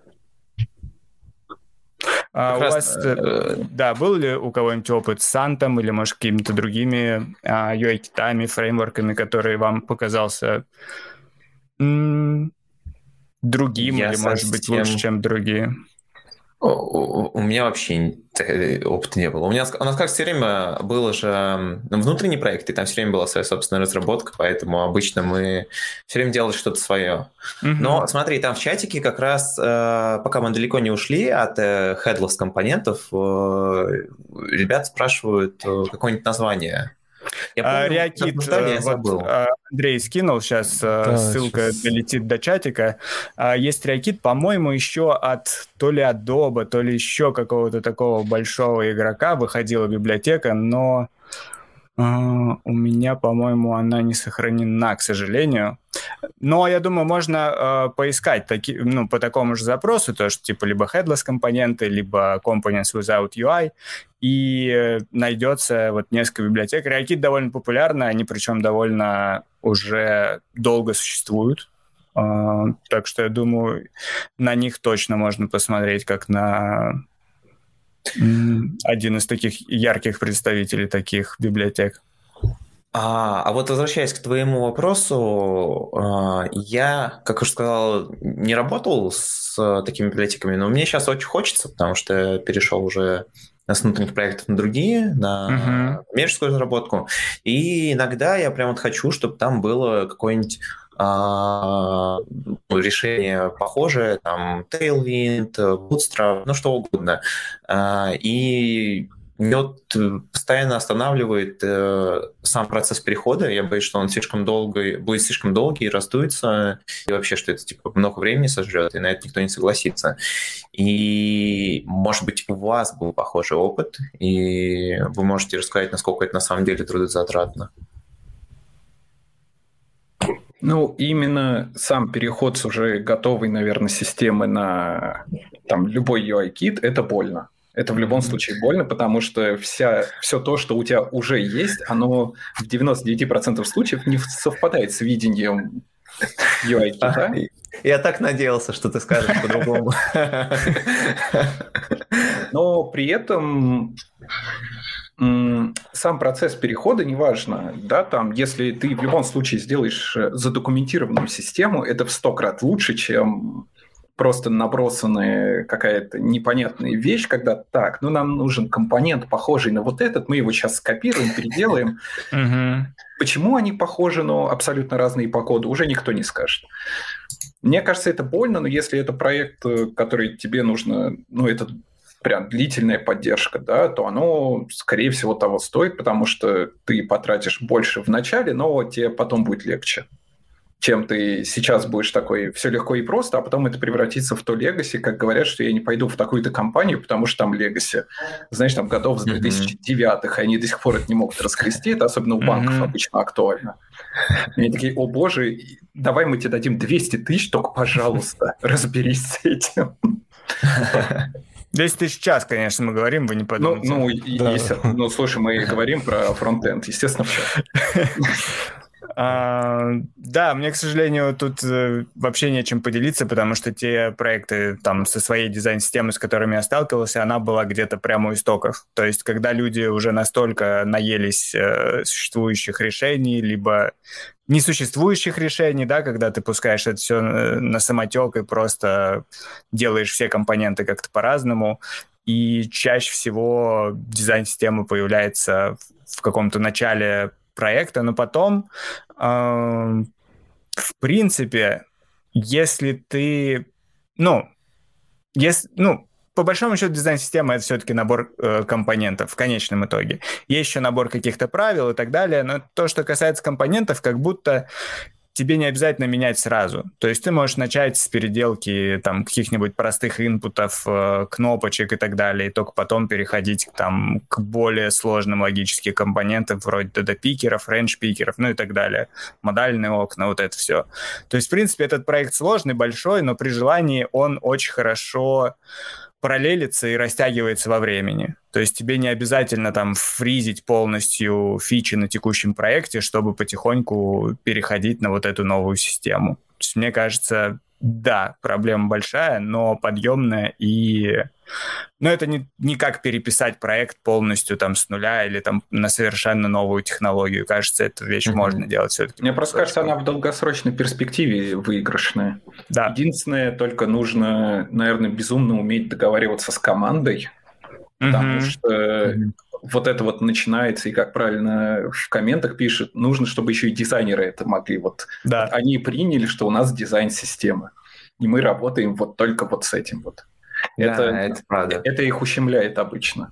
А у вас, э, да, был ли у кого-нибудь опыт с Сантом или, может, какими-то другими а, ю ай-китами, фреймворками, которые вам показался м- другим Я или, совсем... может быть, лучше, чем другие? У, у, у меня вообще опыта не было. У, меня, у нас как все время было же внутренний проект, и там все время была своя собственная разработка, поэтому обычно мы все время делали что-то свое. Mm-hmm. Но смотри, там в чатике как раз, пока мы далеко не ушли от headless компонентов, ребята спрашивают какое-нибудь название. Reakit, вот Андрей скинул, сейчас да, ссылка сейчас... долетит до чатика. Есть Reakit, по-моему, еще от то ли Adobe, то ли еще какого-то такого большого игрока выходила библиотека, но Uh, у меня, по-моему, она не сохранена, к сожалению. Но я думаю, можно uh, поискать таки, ну, по такому же запросу, то что типа либо headless компоненты, либо components without ю ай, и uh, найдется вот несколько библиотек. Reakit довольно популярны, они причем довольно уже долго существуют. Uh, так что я думаю, на них точно можно посмотреть, как на... один из таких ярких представителей таких библиотек. А, а вот возвращаясь к твоему вопросу, я, как уже сказал, не работал с такими библиотеками, но мне сейчас очень хочется, потому что я перешел уже с внутренних проектов на другие, на uh-huh. коммерческую разработку. И иногда я прям вот хочу, чтобы там было какое-нибудь решение похожее, там, Tailwind, Bootstrap, ну, что угодно. И меня вот постоянно останавливает сам процесс перехода. Я боюсь, что он слишком долго, будет слишком долгий и раздуется, и вообще, что это типа много времени сожрет, и на это никто не согласится. И, может быть, у вас был похожий опыт, и вы можете рассказать, насколько это на самом деле трудозатратно. Ну, именно сам переход с уже готовой, наверное, системы на там, любой ю ай-кит – это больно. Это в любом случае больно, потому что вся, все то, что у тебя уже есть, оно в девяносто девять процентов случаев не совпадает с видением ю ай-кита. Я так надеялся, что ты скажешь по-другому. Но при этом... сам процесс перехода, неважно, да, там, если ты в любом случае сделаешь задокументированную систему, это в сто крат лучше, чем просто набросанная какая-то непонятная вещь, когда так, ну, нам нужен компонент, похожий на вот этот, мы его сейчас скопируем, переделаем. Почему они похожи, но абсолютно разные по коду, уже никто не скажет. Мне кажется, это больно, но если это проект, который тебе нужно, ну, это прям длительная поддержка, да, то оно, скорее всего, того стоит, потому что ты потратишь больше в начале, но тебе потом будет легче, чем ты сейчас будешь такой, все легко и просто, а потом это превратится в то легаси, как говорят, что я не пойду в такую-то компанию, потому что там легаси, знаешь, там годов с две тысячи девятых, и они до сих пор это не могут расхлести, это особенно у банков mm-hmm. обычно актуально. И они такие, о боже, давай мы тебе дадим двести тысяч, только, пожалуйста, разберись с этим. десять тысяч в час, конечно, мы говорим, вы не подумайте. Ну, ну, да. если, ну слушай, мы говорим про фронтенд, естественно, в час. Uh, да, мне, к сожалению, тут uh, вообще нечем поделиться, потому что те проекты там со своей дизайн-системой, с которыми я сталкивался, она была где-то прямо у истоков. То есть, когда люди уже настолько наелись uh, существующих решений, либо несуществующих решений, да, когда ты пускаешь это все на самотек и просто делаешь все компоненты как-то по-разному, и чаще всего дизайн-система появляется в каком-то начале проекта, но потом, э, в принципе, если ты, ну, если, ну, по большому счету дизайн-система — это все-таки набор э, компонентов в конечном итоге. Есть еще набор каких-то правил и так далее, но то, что касается компонентов, как будто тебе не обязательно менять сразу. То есть ты можешь начать с переделки там каких-нибудь простых инпутов, э, кнопочек и так далее, и только потом переходить там, к более сложным логическим компонентам, вроде ди ди-пикеров, range-пикеров, ну и так далее. Модальные окна, вот это все. То есть, в принципе, этот проект сложный, большой, но при желании он очень хорошо параллелится и растягивается во времени. То есть тебе не обязательно там фризить полностью фичи на текущем проекте, чтобы потихоньку переходить на вот эту новую систему. То есть мне кажется, да, проблема большая, но подъемная, и... Но это не, не как переписать проект полностью там с нуля или там на совершенно новую технологию. Кажется, эту вещь mm-hmm. можно делать все-таки. Мне просто кажется, она в долгосрочной перспективе выигрышная. Да. Единственное, только нужно, наверное, безумно уметь договариваться с командой, потому mm-hmm. что mm-hmm. вот это вот начинается, и как правильно в комментах пишут, нужно, чтобы еще и дизайнеры это могли. Вот, да. вот они приняли, что у нас дизайн-система, и мы работаем вот только вот с этим вот. Это, да, это правда. Это их ущемляет обычно.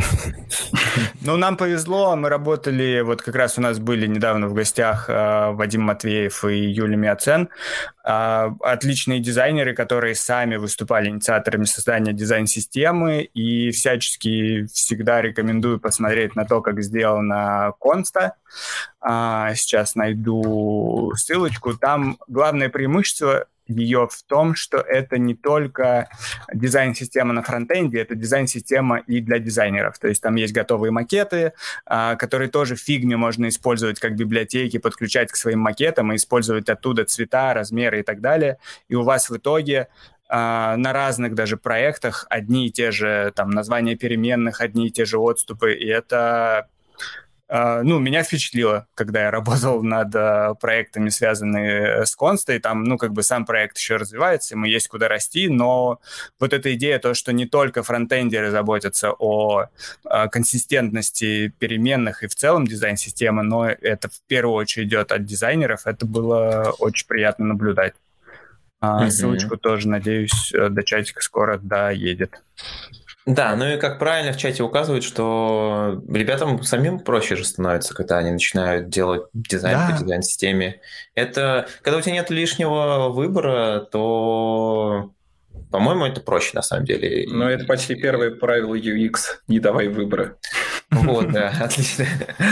Ну, нам повезло, мы работали, вот как раз у нас были недавно в гостях э, Вадим Матвеев и Юлия Миоцен, э, отличные дизайнеры, которые сами выступали инициаторами создания дизайн-системы, и всячески всегда рекомендую посмотреть на то, как сделана Конста. Э, сейчас найду ссылочку. Там главное преимущество ее в том, что это не только дизайн-система на фронтенде, это дизайн-система и для дизайнеров. То есть там есть готовые макеты, которые тоже в Figma можно использовать как библиотеки, подключать к своим макетам и использовать оттуда цвета, размеры и так далее. И у вас в итоге на разных даже проектах одни и те же там названия переменных, одни и те же отступы, и это... Ну, меня впечатлило, когда я работал над uh, проектами, связанными с Констой. Там, ну, как бы сам проект еще развивается, ему есть куда расти, но вот эта идея, то, что не только фронтендеры заботятся о uh, консистентности переменных и в целом дизайн-системы, но это в первую очередь идет от дизайнеров, это было очень приятно наблюдать. Uh, mm-hmm. Ссылочку тоже, надеюсь, до чатика скоро доедет. Да, ну и как правильно в чате указывают, что ребятам самим проще же становится, когда они начинают делать дизайн да. по дизайн-системе. Это, когда у тебя нет лишнего выбора, то, по-моему, это проще на самом деле. Но это почти первое правило ю экс, не давай выбора. Вот, да, отлично.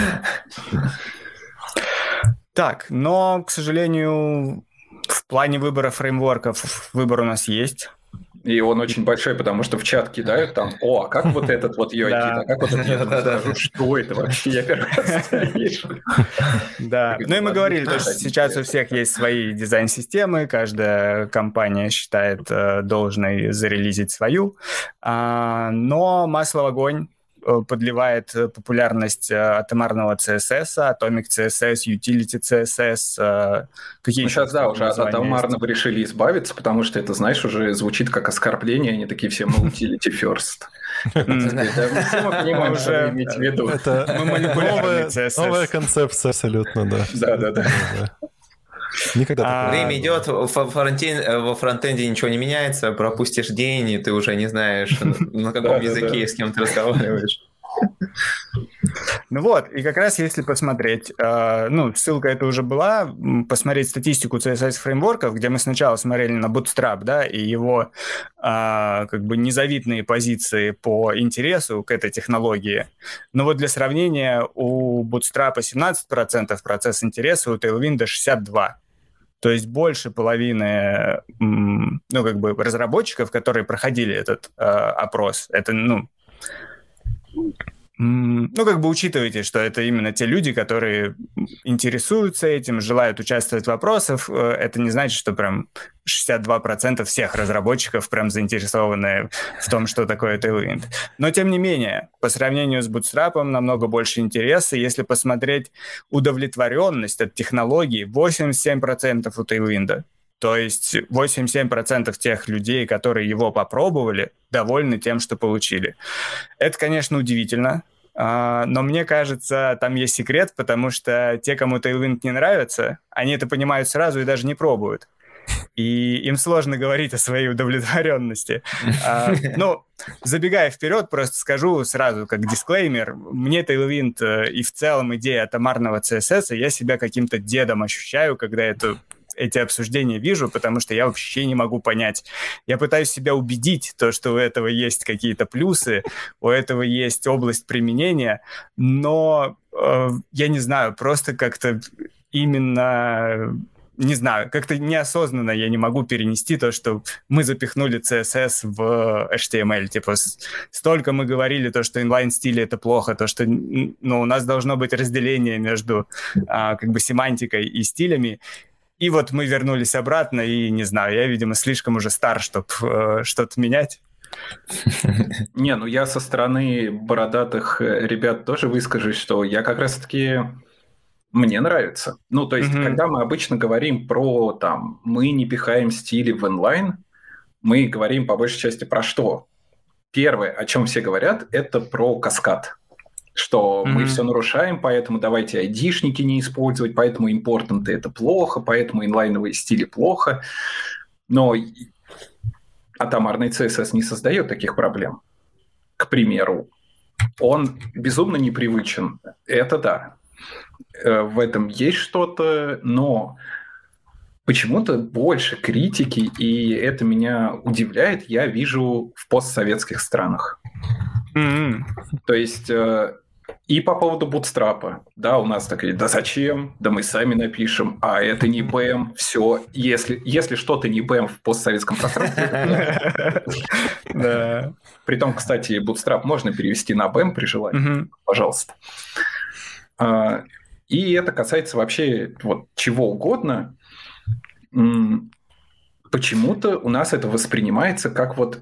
Так, но, к сожалению, в плане выбора фреймворков выбор у нас есть. И он очень большой, потому что в чат кидают там, о, а как вот этот вот ю ай кит, а как вот этот, я скажу, что это вообще, я первый раз вижу. Да, ну и мы говорили, что сейчас у всех есть свои дизайн-системы, каждая компания считает должной зарелизить свою, но масло в огонь подливает популярность атомарного си эс эс, Atomic си эс эс, Utility си эс эс. Какие ну, сейчас, да, уже от атомарного решили избавиться, потому что это, знаешь, уже звучит как оскорбление, они такие все мы Utility First. Все мы понимаем, что вы имеете в виду. Это новая концепция абсолютно, да. Да-да-да. Никогда а, время идет, во фронтенде, во фронтенде ничего не меняется, пропустишь день, и ты уже не знаешь, на каком языке с кем ты разговариваешь. Ну вот, и как раз если посмотреть, э, ну, ссылка это уже была, посмотреть статистику си эс эс-фреймворков, где мы сначала смотрели на Bootstrap, да, и его э, как бы незавидные позиции по интересу к этой технологии. Но вот для сравнения, у Bootstrap семнадцать процентов процесс интереса, у Tailwind шестьдесят два процента. То есть больше половины, ну, как бы разработчиков, которые проходили этот э, опрос, это, ну, ну, как бы учитывайте, что это именно те люди, которые интересуются этим, желают участвовать в вопросах. Это не значит, что прям шестьдесят два процента всех разработчиков прям заинтересованы в том, что такое Tailwind. Но, тем не менее, по сравнению с Bootstrap намного больше интереса. Если посмотреть удовлетворенность от технологии, восемьдесят семь процентов у Tailwind. То есть восемьдесят семь процентов тех людей, которые его попробовали, довольны тем, что получили. Это, конечно, удивительно, но мне кажется, там есть секрет, потому что те, кому Tailwind не нравится, они это понимают сразу и даже не пробуют. и им сложно говорить о своей удовлетворенности. А, ну, забегая вперед, просто скажу сразу, как дисклеймер, мне Tailwind и в целом идея атомарного си эс эс, я себя каким-то дедом ощущаю, когда это эти обсуждения вижу, потому что я вообще не могу понять. Я пытаюсь себя убедить, то, что у этого есть какие-то плюсы, у этого есть область применения, но э, я не знаю, просто как-то именно... Не знаю, как-то неосознанно я не могу перенести то, что мы запихнули си эс эс в эйч ти эм эль. Типа, столько мы говорили, то, что инлайн-стили — это плохо, то, что ну, у нас должно быть разделение между а, как бы семантикой и стилями. И вот мы вернулись обратно, и, не знаю, я, видимо, слишком уже стар, чтобы э, что-то менять. Не, ну я со стороны бородатых ребят тоже выскажусь, что я как раз-таки... Мне нравится. Ну, то есть, mm-hmm. когда мы обычно говорим про, там, мы не пихаем стили в инлайн, мы говорим по большей части про что? Первое, о чем все говорят, это про каскад. Что mm-hmm. мы все нарушаем, поэтому давайте айдишники не использовать, поэтому импортанты это плохо, поэтому инлайновые стили плохо. Но атомарный си эс эс не создает таких проблем. К примеру, он безумно непривычен. Это да. В этом есть что-то, но почему-то больше критики, и это меня удивляет, я вижу в постсоветских странах. Mm-hmm. То есть... И по поводу бутстрапа. Да, у нас такие, да зачем? Да мы сами напишем. А это не БЭМ. Все. Если, если что-то не БЭМ в постсоветском пространстве... Да. Притом, кстати, бутстрап можно перевести на БЭМ при желании. Пожалуйста. И это касается вообще вот чего угодно. Почему-то у нас это воспринимается как вот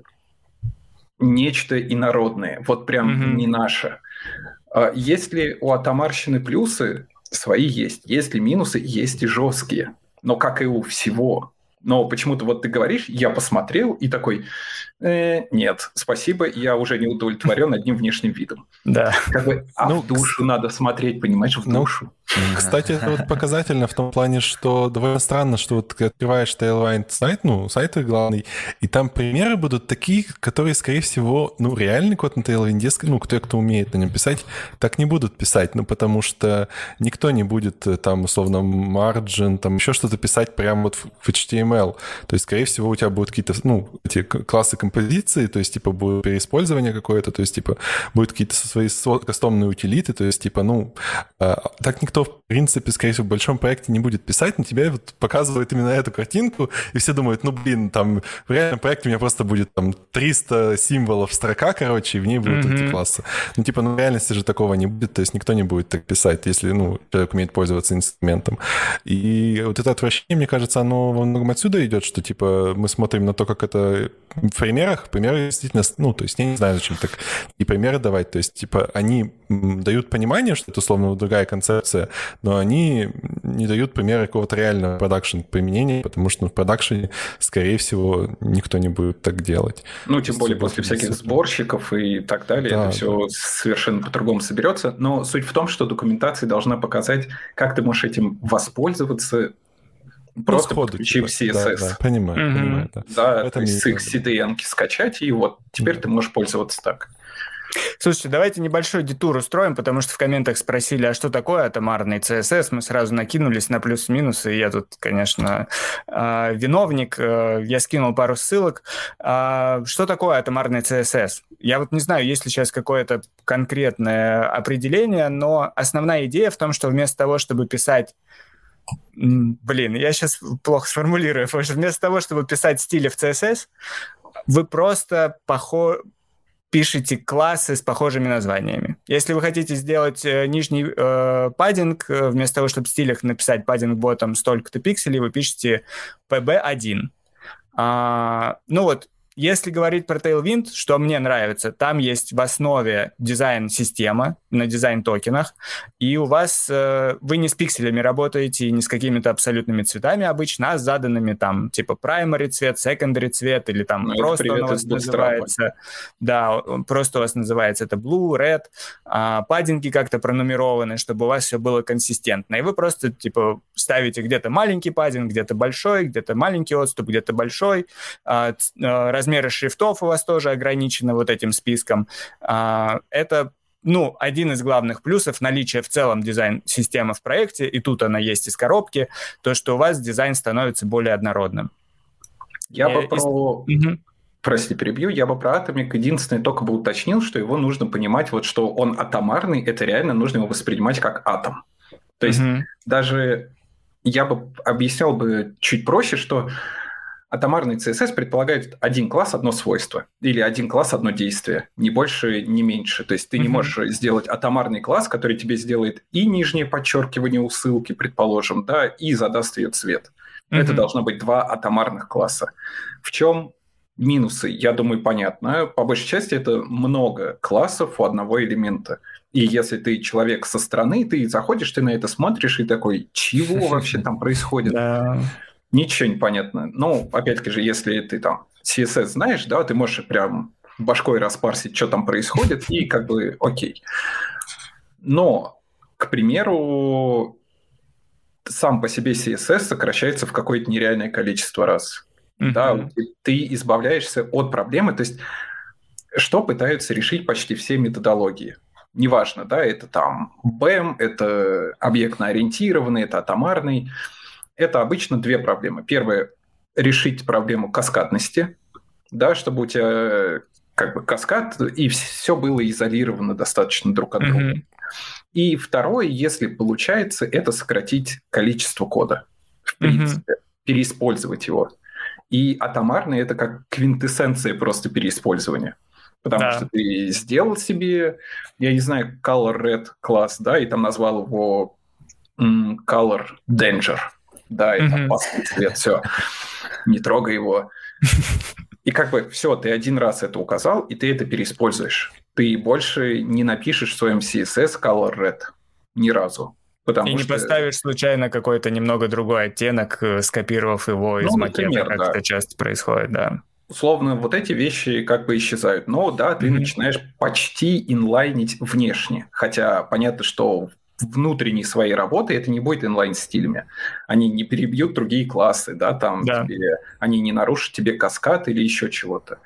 нечто инородное. Вот прям не наше. Есть ли у атомарщины плюсы? Свои есть. Есть ли минусы? Есть и жесткие. Но как и у всего. Но почему-то вот ты говоришь, я посмотрел и такой, э, нет, спасибо, я уже не удовлетворен одним внешним видом. Да. Как бы, а ну, в душу к... надо смотреть, понимаешь, в душу. Ну, кстати, это вот показательно в том плане, что довольно странно, что вот ты открываешь Tailwind сайт, ну, сайт их главный, и там примеры будут такие, которые, скорее всего, ну, реальный код на Tailwind, ну, кто, кто умеет на нем писать, так не будут писать, ну, потому что никто не будет там, условно, margin, там, еще что-то писать прямо вот в эйч ти эм эл. То есть, скорее всего, у тебя будут какие-то, ну, эти классы композиции, то есть, типа, будет переиспользование какое-то, то есть, типа, будут какие-то свои кастомные утилиты, то есть, типа, ну, так никто в принципе, скорее всего, в большом проекте не будет писать, но тебе вот показывают именно эту картинку, и все думают, ну, блин, там в реальном проекте у меня просто будет там триста символов строка, короче, и в ней будут mm-hmm. эти классы. Ну, типа, ну, в реальности же такого не будет, то есть никто не будет так писать, если, ну, человек умеет пользоваться инструментом. И вот это отвращение, мне кажется, оно во многом отсюда идет, что, типа, мы смотрим на то, как это в примерах, примеры действительно, ну, то есть я не знаю, зачем так и примеры давать, то есть, типа, они дают понимание, что это, условно, другая концепция, но они не дают примера какого-то реального продакшн применения, потому что ну, в продакшене, скорее всего, никто не будет так делать. Ну, тем более после всяких сборщиков и так далее, да, это все да. совершенно по-другому соберется. Но суть в том, что документация должна показать, как ты можешь этим воспользоваться, просто ну, подключив типа. си эс эс. Да, да, понимаю, mm-hmm. понимаю. Да, да то есть с их си ди эн-ки скачать, и вот теперь mm-hmm. ты можешь пользоваться так. Слушайте, давайте небольшой детур устроим, потому что в комментах спросили, а что такое атомарный си эс эс? Мы сразу накинулись на плюс-минусы, и я тут, конечно, виновник. Я скинул пару ссылок. Что такое атомарный си эс эс? Я вот не знаю, есть ли сейчас какое-то конкретное определение, но основная идея в том, что вместо того, чтобы писать Блин, я сейчас плохо сформулирую, потому что вместо того, чтобы писать стили в си эс эс, вы просто похожи... пишите классы с похожими названиями. Если вы хотите сделать э, нижний э, паддинг, э, вместо того, чтобы в стилях написать паддинг bottom столько-то пикселей, вы пишете пи би один. А, ну вот, если говорить про Tailwind, что мне нравится, там есть в основе дизайн-система на дизайн-токенах, и у вас э, вы не с пикселями работаете, не с какими-то абсолютными цветами обычно, а с заданными там типа primary цвет, secondary цвет, или там ну, просто он у вас называется. Да, просто у вас называется это blue, red, а, паддинги как-то пронумерованы, чтобы у вас все было консистентно. И вы просто типа ставите где-то маленький паддинг, где-то большой, где-то маленький отступ, где-то большой. А, ц- Размеры шрифтов у вас тоже ограничены вот этим списком. Это, ну, один из главных плюсов наличия в целом дизайн-системы в проекте, и тут она есть из коробки, то, что у вас дизайн становится более однородным. Я и, бы про... И... Угу. Прости, перебью. Я бы про Atomic единственное только бы уточнил, что его нужно понимать, вот что он атомарный, это реально нужно его воспринимать как атом. То есть угу. даже я бы объяснял бы чуть проще, что атомарный си эс эс предполагает один класс, одно свойство. Или один класс, одно действие. Ни больше, ни меньше. То есть ты mm-hmm. не можешь сделать атомарный класс, который тебе сделает и нижнее подчеркивание у ссылки, предположим, да, и задаст ее цвет. Mm-hmm. Это должно быть два атомарных класса. В чем минусы? Я думаю, понятно. По большей части это много классов у одного элемента. И если ты человек со стороны, ты заходишь, ты на это смотришь и такой, чего вообще там происходит? Ничего не понятно. Ну, опять-таки же, если ты там си эс эс знаешь, да, ты можешь прям башкой распарсить, что там происходит, и как бы окей. Но, к примеру, сам по себе си эс эс сокращается в какое-то нереальное количество раз. Mm-hmm. Да, ты избавляешься от проблемы. То есть, что пытаются решить почти все методологии? Неважно, да, это там бэ и эм, это объектно-ориентированный, это атомарный. Это обычно две проблемы. Первая – решить проблему каскадности, да, чтобы у тебя как бы каскад, и все было изолировано достаточно друг от друга. Mm-hmm. И второе, если получается, это сократить количество кода, в принципе, mm-hmm. переиспользовать его. И атомарный – это как квинтэссенция просто переиспользования. Потому да. что ты сделал себе, я не знаю, color red класс, да, и там назвал его м, color danger. Да, это mm-hmm. опасный цвет, все, не трогай его. И как бы все, ты один раз это указал, и ты это переиспользуешь. Ты больше не напишешь в своем си эс эс color red ни разу. И не что... поставишь случайно какой-то немного другой оттенок, скопировав его ну, из макета, например, как да. это часто происходит, да. Условно, вот эти вещи как бы исчезают. Но да, ты mm-hmm. начинаешь почти инлайнить внешне. Хотя понятно, что внутренней своей работы это не будет инлайн-стилями. Они не перебьют другие классы, да, там да. Тебе, они не нарушат тебе каскад или еще чего-то.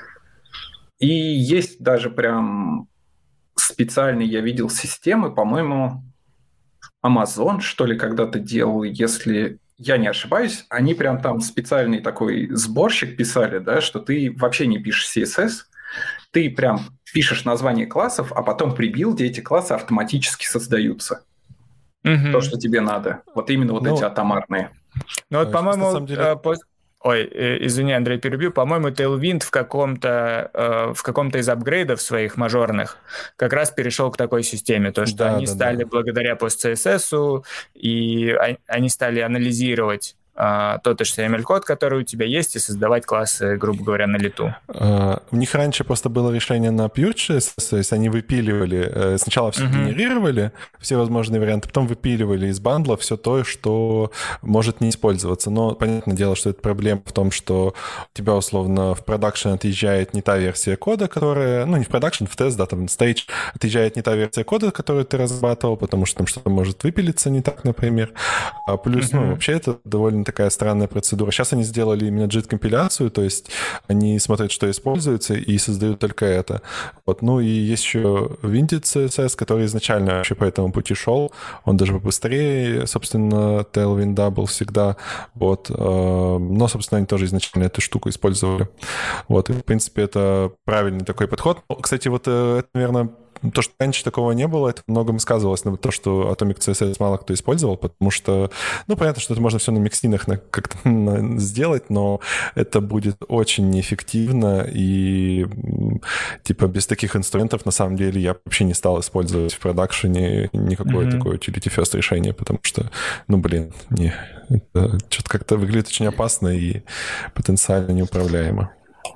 И есть даже прям специальные, я видел, системы, по-моему, Amazon, что ли, когда-то делал, если я не ошибаюсь, они прям там специальный такой сборщик писали, да, что ты вообще не пишешь си эс эс, ты прям пишешь название классов, а потом при билде эти классы автоматически создаются. Mm-hmm. То, что тебе надо. Вот именно вот ну, эти атомарные. Ну вот, по-моему... Деле... По... Ой, извини, Андрей, перебью. По-моему, Tailwind в каком-то, э, в каком-то из апгрейдов своих мажорных как раз перешел к такой системе. То, что да, они да, стали да. благодаря пост-си эс эс, и они стали анализировать тот эйч ти эм эль-код, который у тебя есть, и создавать классы, грубо говоря, на лету. Uh, у них раньше просто было решение на Pure.js, то есть они выпиливали, сначала все uh-huh. генерировали, все возможные варианты, потом выпиливали из бандла все то, что может не использоваться. Но понятное дело, что это проблема в том, что у тебя, условно, в продакшн отъезжает не та версия кода, которая... Ну, не в продакшн, в тест, да, там, стейдж отъезжает не та версия кода, которую ты разрабатывал, потому что там что-то может выпилиться не так, например. А плюс, uh-huh. ну, вообще это довольно такая странная процедура. Сейчас они сделали именно джит-компиляцию, то есть они смотрят, что используется, и создают только это. Вот. Ну и есть еще Winded си эс эс, который изначально вообще по этому пути шел. Он даже побыстрее, собственно, Tailwind был всегда. Вот. Но, собственно, они тоже изначально эту штуку использовали. Вот. И, в принципе, это правильный такой подход. Кстати, вот это, наверное, то, что раньше такого не было, это многом сказывалось на то, что Atomic си эс эс мало кто использовал, потому что, ну, понятно, что это можно все на миксинах как-то сделать, но это будет очень неэффективно, и, типа, без таких инструментов, на самом деле, я вообще не стал использовать в продакшене никакое mm-hmm. такое utility first решение, потому что, ну, блин, не, это что-то как-то выглядит очень опасно и потенциально неуправляемо.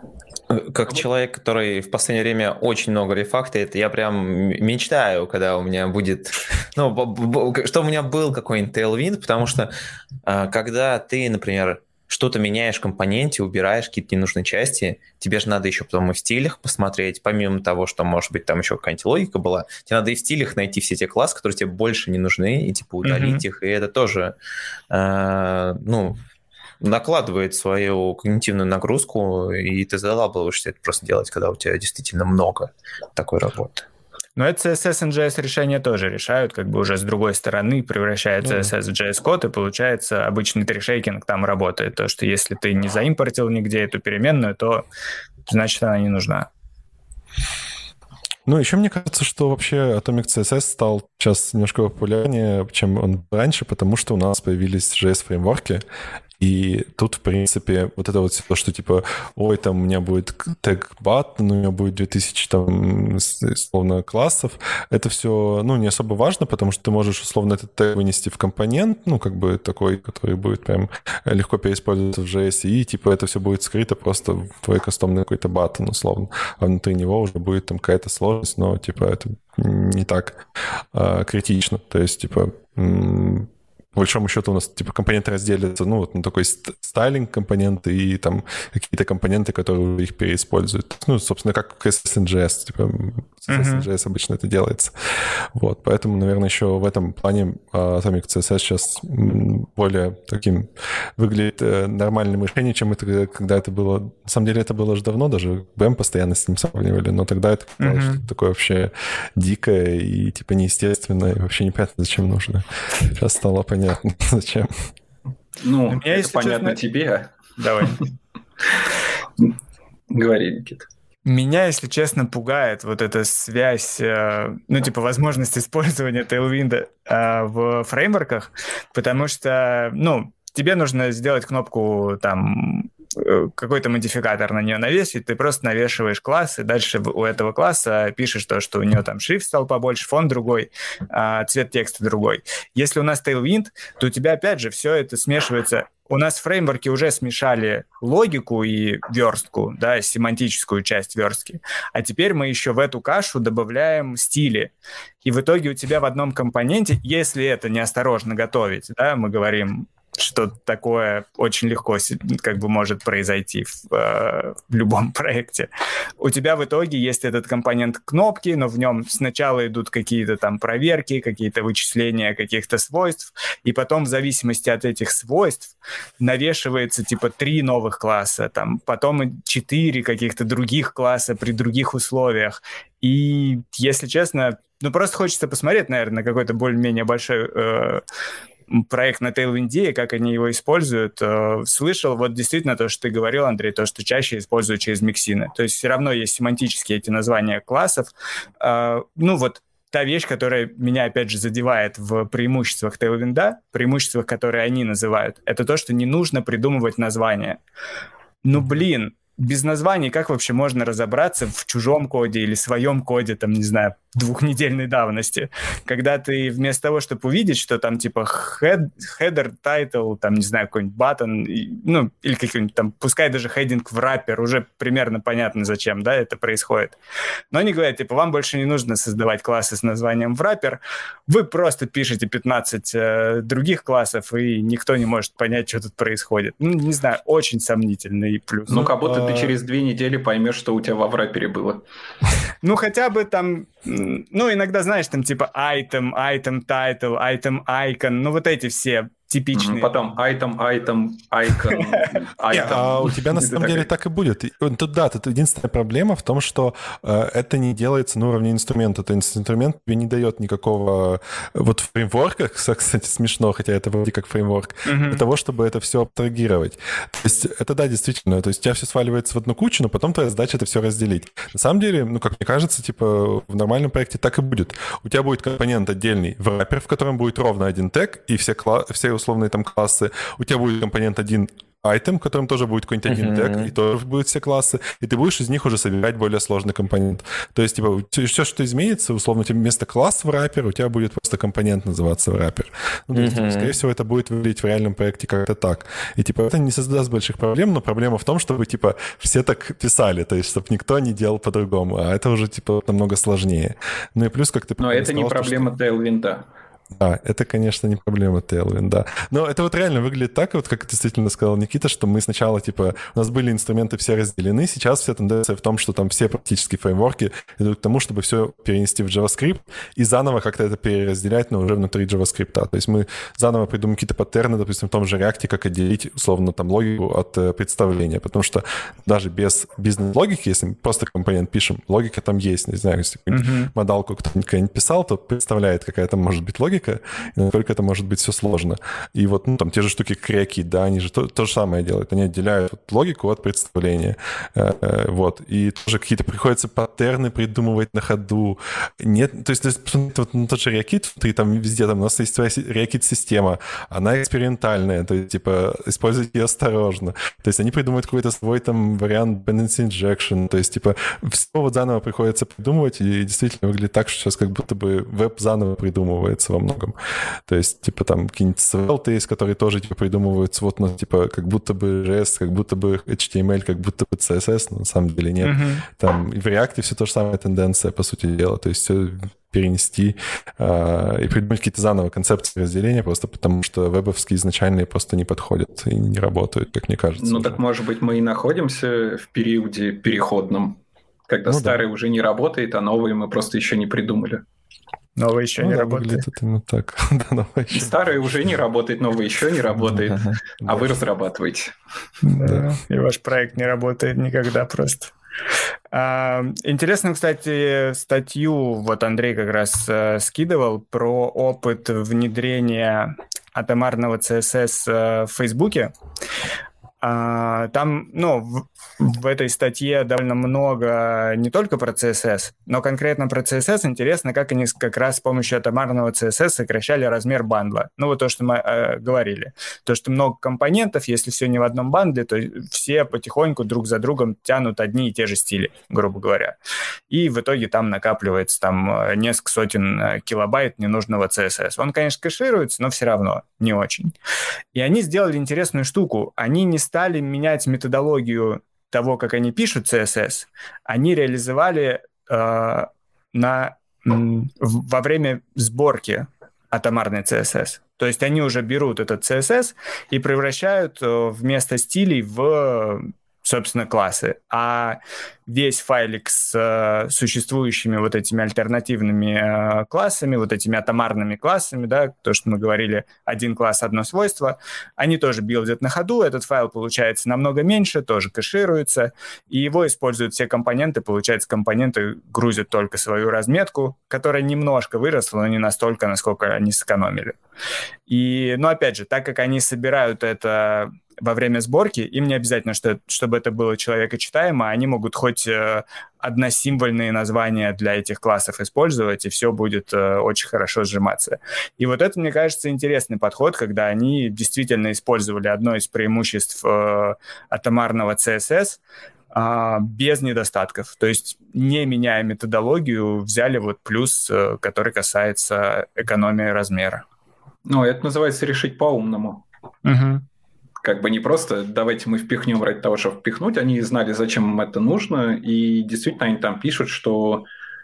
как человек, который в последнее время очень много рефакторит, я прям мечтаю, когда у меня будет... Ну, что у меня был какой-нибудь Tailwind, потому что когда ты, например, что-то меняешь в компоненте, убираешь какие-то ненужные части, тебе же надо еще потом и в стилях посмотреть, помимо того, что, может быть, там еще какая-нибудь логика была, тебе надо и в стилях найти все те классы, которые тебе больше не нужны, и типа удалить mm-hmm. их, и это тоже, э, ну, накладывает свою когнитивную нагрузку, и ты задалбываешься это просто делать, когда у тебя действительно много такой работы. Но это си эс эс и джей эс решения тоже решают, как бы уже с другой стороны превращает си эс эс в джей эс-код, и получается обычный трешейкинг там работает. То, что если ты не заимпортил нигде эту переменную, то значит она не нужна. Ну, еще мне кажется, что вообще Atomic си эс эс стал сейчас немножко популярнее, чем он раньше, потому что у нас появились джей эс-фреймворки, и тут, в принципе, вот это вот то, что типа, ой, там у меня будет тег button, у меня будет две тысячи, там, условно, классов, это все, ну, не особо важно, потому что ты можешь, условно, этот тег вынести в компонент, ну, как бы такой, который будет прям легко переиспользоваться в джей эс, и типа это все будет скрыто просто в твой кастомный какой-то button, условно, а внутри него уже будет там какая-то сложность, но, типа, это не так а, критично, то есть, типа... М- По большому счету у нас типа компоненты разделятся, ну, вот на такой стайлинг-компоненты и там какие-то компоненты, которые их переиспользуют. Ну, собственно, как в эс эс эн джей эс, типа в эс эс эн джей эс uh-huh. обычно это делается. Вот, поэтому, наверное, еще в этом плане Atomic си эс эс сейчас более таким выглядит нормальным решением, чем это, когда это было... На самом деле это было уже давно, даже би эм постоянно с ним сравнивали, но тогда это казалось, uh-huh. что такое вообще дикое и типа неестественное, и вообще непонятно, зачем нужно. Сейчас стало понятно. Понятно, зачем. Ну, меня, это понятно честно... тебе. Давай. Говори, Никита. Меня, если честно, пугает вот эта связь, ну, типа, возможность использования Tailwind в фреймворках, потому что, ну, тебе нужно сделать кнопку, там, какой-то модификатор на нее навесить, ты просто навешиваешь класс, и дальше у этого класса пишешь то, что у него там шрифт стал побольше, фон другой, а цвет текста другой. Если у нас Tailwind, то у тебя, опять же, все это смешивается. У нас фреймворки уже смешали логику и верстку, да, семантическую часть верстки, а теперь мы еще в эту кашу добавляем стили. И в итоге у тебя в одном компоненте, если это неосторожно готовить, да, мы говорим... что-то такое очень легко как бы может произойти в, э, в любом проекте. У тебя в итоге есть этот компонент кнопки, но в нем сначала идут какие-то там проверки, какие-то вычисления каких-то свойств, и потом в зависимости от этих свойств навешивается типа три новых класса, там, потом четыре каких-то других класса при других условиях. И, если честно, ну просто хочется посмотреть, наверное, на какой-то более-менее большой... Э, проект на Tailwind, как они его используют, слышал вот действительно то, что ты говорил, Андрей, то, что чаще используют через миксины. То есть все равно есть семантические эти названия классов. Ну вот та вещь, которая меня, опять же, задевает в преимуществах Tailwind, преимуществах, которые они называют, это то, что не нужно придумывать названия. Ну, блин, без названий как вообще можно разобраться в чужом коде или своем коде, там, не знаю, двухнедельной давности, когда ты вместо того, чтобы увидеть, что там типа head, header, title, там, не знаю, какой-нибудь button, и, ну, или какой-нибудь там, пускай даже хеддинг в wrapper, уже примерно понятно, зачем, да, это происходит. Но они говорят, типа, вам больше не нужно создавать классы с названием wrapper, вы просто пишете пятнадцать э, других классов, и никто не может понять, что тут происходит. Ну, не знаю, очень сомнительный плюс. Ну, как будто ты через две недели поймешь, что у тебя во wrapper было. Ну, хотя бы там... Ну, иногда, знаешь, там типа item, item title, item icon, ну вот эти все типичные. Mm-hmm. Потом item, item, icon, item. А у тебя на самом деле так и будет. Тут, да, тут единственная проблема в том, что э, это не делается на уровне инструмента. То есть инструмент тебе не дает никакого... Вот в фреймворках, кстати, смешно, хотя это вроде как фреймворк, mm-hmm. для того, чтобы это все абстрагировать. То есть это, да, действительно. То есть у тебя все сваливается в одну кучу, но потом твоя задача это все разделить. На самом деле, ну, как мне кажется, типа в нормальном проекте так и будет. У тебя будет компонент отдельный wrapper, в котором будет ровно один тег, и все, кла- все условные там классы. У тебя будет компонент один item, в котором тоже будет какой-нибудь один uh-huh. тег, и тоже будут все классы, и ты будешь из них уже собирать более сложный компонент. То есть, типа, все, что изменится, условно, тебе вместо класса в wrapper у тебя будет просто компонент называться wrapper. Ну, то есть, uh-huh. типа, скорее всего, это будет выглядеть в реальном проекте как-то так. И, типа, это не создаст больших проблем, но проблема в том, чтобы, типа, все так писали, то есть, чтобы никто не делал по-другому, а это уже, типа, намного сложнее. Ну и плюс, как ты... Но это не проблема что... Tailwind. Да, это, конечно, не проблема Tailwind, да. Но это вот реально выглядит так, вот как действительно сказал Никита, что мы сначала, типа, у нас были инструменты все разделены, сейчас вся тенденция в том, что там все практически фреймворки идут к тому, чтобы все перенести в JavaScript и заново как-то это переразделять, но уже внутри JavaScript. То есть мы заново придумаем какие-то паттерны, допустим, в том же React, как отделить, условно, там, логику от э, представления, потому что даже без бизнес-логики, если мы просто компонент пишем, логика там есть, не знаю, если какую-нибудь mm-hmm. модалку кто-нибудь писал, то представляет, какая там может быть логика, и насколько это может быть все сложно. И вот, ну, там те же штуки креки, да, они же то, то же самое делают. Они отделяют вот логику от представления. Вот. И тоже какие-то приходится паттерны придумывать на ходу. Нет, то есть, то есть вот, ну, тот же React, внутри, там везде, там у нас есть своя React-система, она экспериментальная, то есть, типа, использовать ее осторожно. То есть они придумывают какой-то свой там вариант dependency injection, то есть, типа, все вот заново приходится придумывать, и действительно выглядит так, что сейчас как будто бы веб заново придумывается во многом. То есть, типа, там какие-нибудь эс эл ти, которые тоже, типа, придумываются вот, ну, типа, как будто бы джей эс, как будто бы эйч ти эм эль, как будто бы си эс эс, но на самом деле нет. Mm-hmm. Там и в React все то же самая тенденция, по сути дела. То есть все перенести э, и придумать какие-то заново концепции разделения, просто потому что вебовские изначальные просто не подходят и не работают, как мне кажется. Ну, уже. Так, может быть, мы и находимся в периоде переходном, когда ну, старый да. уже не работает, а новые мы просто еще не придумали. Новый еще ну, не да, работает. Это именно так. да, еще... Старый уже не работает, новый еще не работает, а вы разрабатываете. Да, и ваш проект не работает никогда просто. А, интересную, кстати, статью вот Андрей как раз а, скидывал про опыт внедрения атомарного си эс эс а, в Фейсбуке. А, там, ну, в, в этой статье довольно много не только про си эс эс, но конкретно про си эс эс интересно, как они как раз с помощью атомарного си эс эс сокращали размер бандла. Ну, вот то, что мы э, говорили. То, что много компонентов, если все не в одном бандле, то все потихоньку друг за другом тянут одни и те же стили, грубо говоря. И в итоге там накапливается там несколько сотен килобайт ненужного си эс эс. Он, конечно, кэшируется, но все равно не очень. И они сделали интересную штуку. Они не стали менять методологию того, как они пишут си эс эс, они реализовали э, на, м, во время сборки атомарный си эс эс. То есть они уже берут этот си эс эс и превращают э, вместо стилей в, собственно, классы. А весь файлик с э, существующими вот этими альтернативными э, классами, вот этими атомарными классами, да, то, что мы говорили, один класс, одно свойство, они тоже билдят на ходу, этот файл получается намного меньше, тоже кэшируется, и его используют все компоненты, получается, компоненты грузят только свою разметку, которая немножко выросла, но не настолько, насколько они сэкономили. И, ну, опять же, так как они собирают это во время сборки, им не обязательно, что, чтобы это было человекочитаемо, они могут хоть э, односимвольные названия для этих классов использовать, и все будет э, очень хорошо сжиматься. И вот это, мне кажется, интересный подход, когда они действительно использовали одно из преимуществ э, атомарного си эс эс, э, без недостатков. То есть, не меняя методологию, взяли вот плюс, э, который касается экономии размера. Ну, это называется решить по-умному. Угу. Как бы не просто давайте мы впихнем ради того, чтобы впихнуть, они знали, зачем им это нужно, и действительно они там пишут, что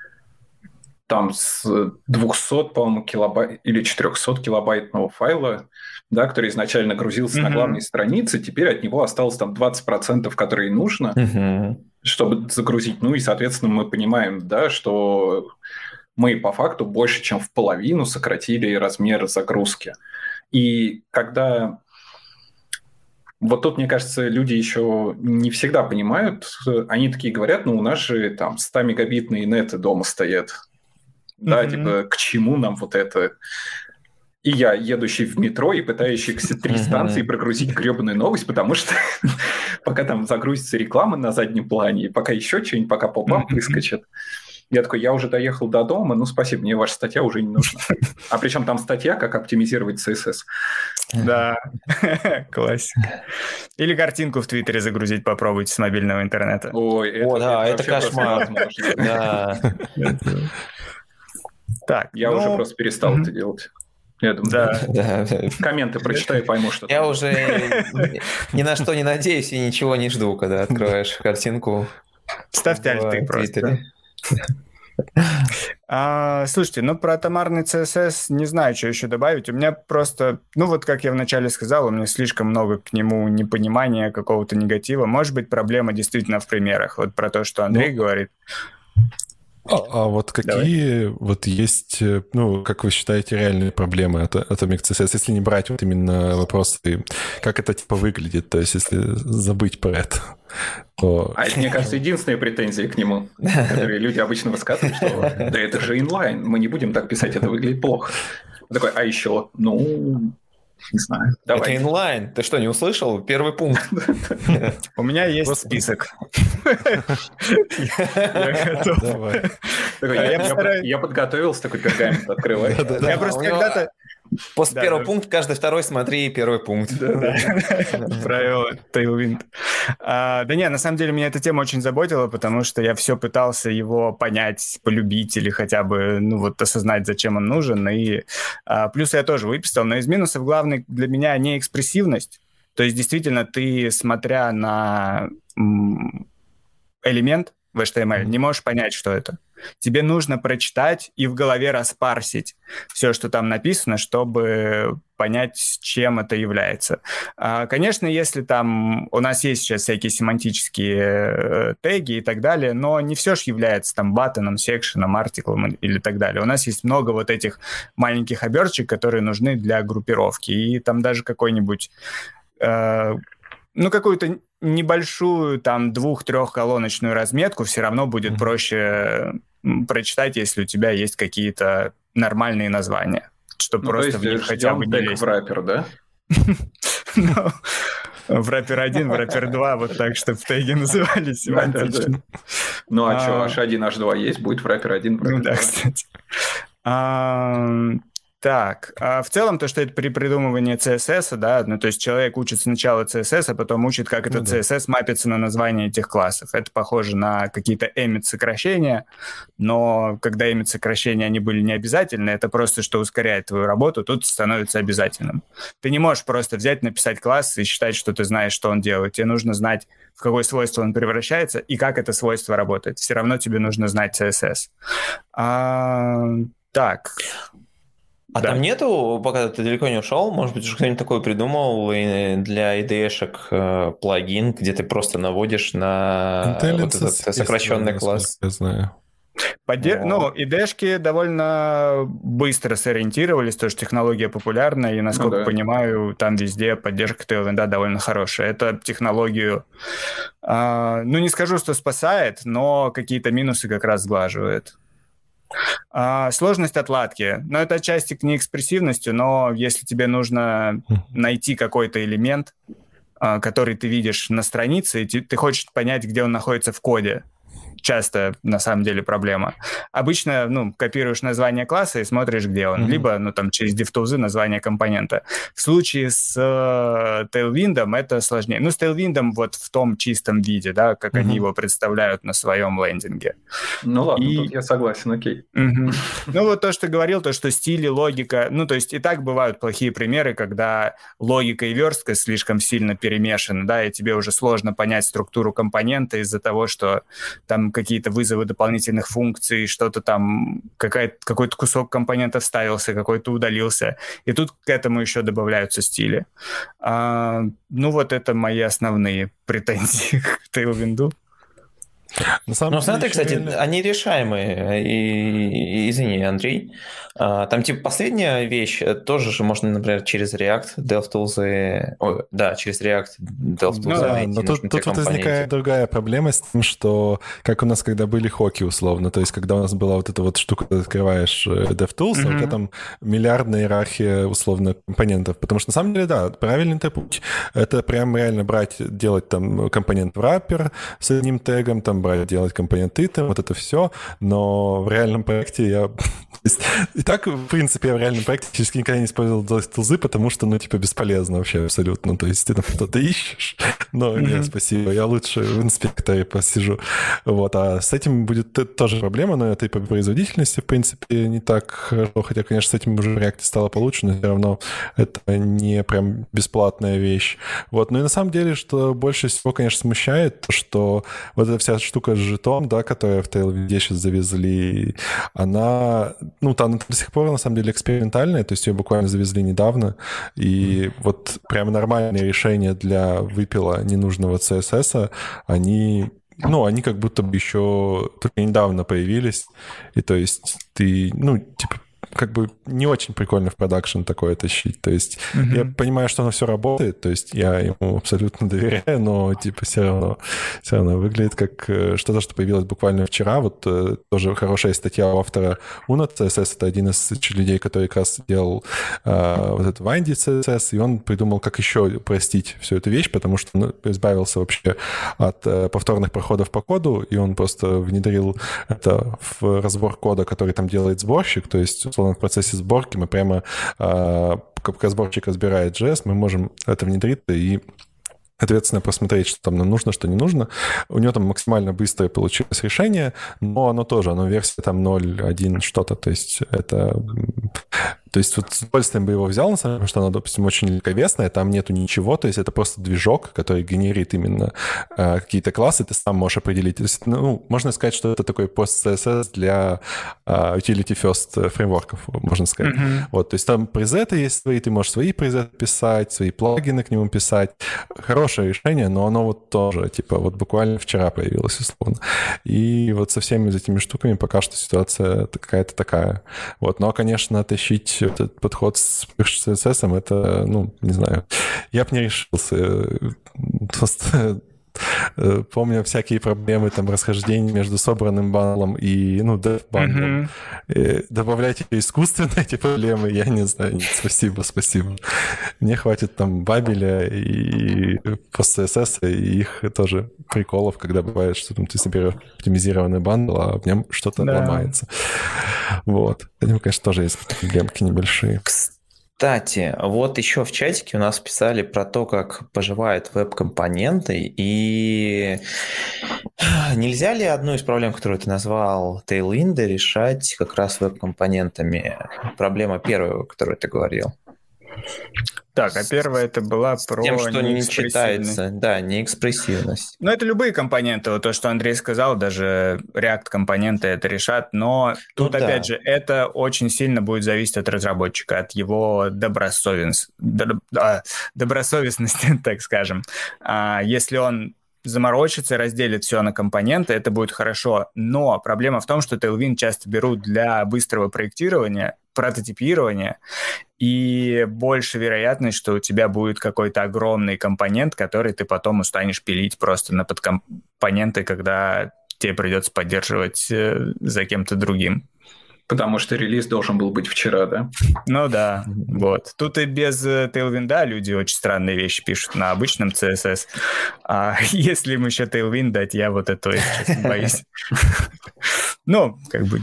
там с двухсот, по-моему, килобайт или четырехсот килобайтного файла, да, который изначально грузился mm-hmm. на главной странице, теперь от него осталось там двадцать процентов, которые нужно, mm-hmm. чтобы загрузить. Ну и, соответственно, мы понимаем, да, что мы по факту больше, чем в половину сократили размер загрузки. И когда... Вот тут, мне кажется, люди еще не всегда понимают. Они такие говорят, ну, у нас же там сто-мегабитные неты дома стоят. Mm-hmm. Да, типа, к чему нам вот это? И я, едущий в метро и пытающийся три станции прогрузить гребаную новость, потому что пока там загрузится реклама на заднем плане, пока еще что-нибудь, пока поп-ап выскочит. Я такой, я уже доехал до дома, ну, спасибо, мне ваша статья уже не нужна. А причем там статья, как оптимизировать си эс эс. Да, классика. Или картинку в Твиттере загрузить попробуйте с мобильного интернета. Ой, это, О, да, это, это вообще кошмар. просто невозможно. Да. Так, Я ну, уже просто перестал мгм. это делать. Я думаю, Да. Да. комменты прочитаю и пойму, что Я там. уже ни на что не надеюсь и ничего не жду, когда откроешь картинку Ставьте альты в просто. Твиттере. А, слушайте, ну про атомарный си эс эс не знаю, что еще добавить. У меня просто, ну вот как я вначале сказал, у меня слишком много к нему непонимания, какого-то негатива. Может быть, проблема действительно в примерах. Вот про то, что Андрей Ну, говорит. А, а вот какие вот есть, э, ну, как вы считаете, реальные проблемы от Atomic си эс эс, если не брать вот именно вопросы, как это типа выглядит, то есть если забыть про это, то... А это, мне кажется, единственные претензии к нему, которые люди обычно высказывают, что да это же инлайн, мы не будем так писать, это выглядит плохо. Он такой, а еще, ну, не знаю, Это давай. инлайн. Ты что, не услышал? Первый пункт. У меня есть Просто- список. Я готов. Давай. Такой, А я, я я постараюсь- под- я подготовился, такой пергамент открываю. Да, Я у просто него когда-то... После Да, первого да. пункта каждый второй смотри первый пункт. Правило Tailwind. А, да не, на самом деле меня эта тема очень заботила, потому что я все пытался его понять, полюбить или хотя бы, ну вот, осознать, зачем он нужен. И а, плюс я тоже выписал, но из минусов главный для меня не экспрессивность. То есть действительно ты, смотря на м, элемент в эйч ти эм эль, не можешь понять, что это. Тебе нужно прочитать и в голове распарсить все, что там написано, чтобы понять, с чем это является. А, конечно, если там у нас есть сейчас всякие семантические э, теги и так далее, но не все же является там баттоном, секшеном, артиклом или так далее. У нас есть много вот этих маленьких оберточек, которые нужны для группировки. И там даже какой-нибудь... э, ну, какую-то небольшую, там, двух-трехколоночную разметку все равно будет mm-hmm. проще м, прочитать, если у тебя есть какие-то нормальные названия, чтобы Ну, просто то в них есть хотя бы не тег лезть. в раппер, да? Ну, в раппер один, в раппер два, вот так, чтобы теги назывались семантично. Ну, а А, что, эйч один, эйч два есть, будет в раппер один, в Ну раппер да, два. кстати. А, Так, а в целом то, что это при придумывании си эс эс, да, ну то есть человек учит сначала си эс эс, а потом учит, как этот Ну да. си эс эс мапится на название этих классов. Это похоже на какие-то эмит-сокращения, но когда эмит-сокращения, они были не обязательны, это просто, что ускоряет твою работу, тут становится обязательным. Ты не можешь просто взять, написать класс и считать, что ты знаешь, что он делает. Тебе нужно знать, в какое свойство он превращается и как это свойство работает. Все равно тебе нужно знать си эс эс. А, так... А Да. там нету, пока ты далеко не ушел, может быть, уже кто-нибудь такое придумал и для ай ди и-шек э, плагин, где ты просто наводишь на вот Intelligence этот есть, сокращенный да, класс. насколько я знаю. Поддер... Вот. Ну, ай ди и-шки довольно быстро сориентировались, то, что технология популярна, и, насколько Ну да. понимаю, там везде поддержка Tailwind довольно хорошая. Это технологию, а, ну, не скажу, что спасает, но какие-то минусы как раз сглаживает. А, сложность отладки. Ну, это отчасти к неэкспрессивности, но если тебе нужно найти какой-то элемент, а, который ты видишь на странице, и ты, ты хочешь понять, где он находится в коде, часто, на самом деле, проблема. Обычно, ну, копируешь название класса и смотришь, где он. Mm-hmm. Либо, ну, там, через DevTools название компонента. В случае с э, Tailwind это сложнее. Ну, с Tailwind вот в том чистом виде, да, как mm-hmm. они его представляют на своем лендинге. Ну, ладно, И... тут я согласен, окей. Mm-hmm. Ну, вот то, что ты говорил, то, что стили, логика... Ну, то есть и так бывают плохие примеры, когда логика и верстка слишком сильно перемешаны, да, и тебе уже сложно понять структуру компонента из-за того, что там какие-то вызовы дополнительных функций, что-то там, какой-то кусок компонента вставился, какой-то удалился. И тут к этому еще добавляются стили. А, ну, вот это мои основные претензии к Tailwind. На самом ну, деле, смотри, кстати, реально... они решаемые. И, извини, Андрей. Там, типа, последняя вещь, тоже же можно, например, через React, DevTools... Ой, да, через React, DevTools. Ну, да, но тут, тут вот возникает другая проблема с тем, что как у нас, когда были хоки, условно, то есть когда у нас была вот эта вот штука, ты открываешь DevTools, mm-hmm. а у тебя там миллиардная иерархия, условно, компонентов. Потому что, на самом деле, да, правильный-то путь. Это прям реально брать, делать там компонент в wrapper с одним тегом, там там брать, делать компоненты, там, вот это все, но в реальном проекте я... И так, в принципе, я в реальном проекте практически никогда не использовал тулзы, потому что, ну, типа, бесполезно вообще абсолютно. То есть ты там что-то ищешь, но нет, спасибо, я лучше в инспекторе посижу. Вот, а с этим будет тоже проблема, но это и по производительности, в принципе, не так хорошо, хотя, конечно, с этим уже в React стало получше, но все равно это не прям бесплатная вещь. Вот, ну и на самом деле, что больше всего, конечно, смущает, то, что вот эта вся штука с житом, да, которая в Tailwind сейчас завезли, она... Ну, там до сих пор, на самом деле, экспериментальная, то есть ее буквально завезли недавно, и вот прям нормальные решения для выпила ненужного си эс эс, они, ну, они как будто бы еще только недавно появились, и то есть ты, ну, типа, как бы не очень прикольно в продакшн такое тащить. То есть mm-hmm. я понимаю, что оно все работает, то есть я ему абсолютно доверяю, но типа все равно, все равно выглядит как что-то, что появилось буквально вчера. Вот тоже хорошая статья у автора Uno си эс эс, это один из людей, который как раз делал а, вот этот Windy си эс эс, и он придумал, как еще упростить всю эту вещь, потому что он избавился вообще от повторных проходов по коду, и он просто внедрил это в разбор кода, который там делает сборщик, то есть условно в процессе сборки мы прямо, э, как разборщик разбирает джей эс, мы можем это внедриться и, соответственно, посмотреть, что там нам нужно, что не нужно. У него там максимально быстрое получилось решение, но оно тоже, оно версия там ноль один что-то, то есть это... То есть вот с удовольствием бы его взял, на самом деле, потому что оно, допустим, очень легковесное, там нету ничего, то есть это просто движок, который генерит именно э, какие-то классы, ты сам можешь определить. То есть, ну, можно сказать, что это такой пост-си эс эс для э, utility-first фреймворков, можно сказать. Mm-hmm. Вот, то есть там презеты есть свои, ты можешь свои презеты писать, свои плагины к нему писать. Хорошее решение, но оно вот тоже, типа, вот буквально вчера появилось, условно. И вот со всеми этими штуками пока что ситуация какая-то такая. Вот, но, конечно, тащить этот подход с си эс эс, это, ну, не знаю, я бы не решился. Просто помню всякие проблемы, там, расхождения между собранным бандлом и, ну, dev-бандлом. Mm-hmm. Добавлять искусственно эти проблемы, я не знаю. Нет, спасибо, спасибо. Мне хватит там бабеля и пост-си эс эс, и их тоже приколов, когда бывает, что там ты соберешь оптимизированный бандл, а в нем что-то да. ломается. Вот. Этим, конечно, тоже есть проблемки небольшие. Кстати, вот еще в чатике у нас писали про то, как поживают веб-компоненты, и нельзя ли одну из проблем, которую ты назвал Tailwind, решать как раз веб-компонентами? Проблема первая, о которой ты говорил. Так, а первая это была про тем, что не читается, да, неэкспрессивность. Ну, это любые компоненты, вот то, что Андрей сказал, даже React-компоненты это решат, но тут, ну, опять да. же, это очень сильно будет зависеть от разработчика, от его добросовестности, добросовестности, так скажем. Если он заморочится, разделит все на компоненты, это будет хорошо, но проблема в том, что Tailwind часто берут для быстрого проектирования, прототипирования, и больше вероятность, что у тебя будет какой-то огромный компонент, который ты потом устанешь пилить просто на подкомпоненты, когда тебе придется поддерживать за кем-то другим. Потому что релиз должен был быть вчера, да? Ну да, вот. Тут и без Tailwind люди очень странные вещи пишут на обычном си эс эс. А если им еще Tailwind дать, я вот этого, если честно, боюсь. Ну, как бы,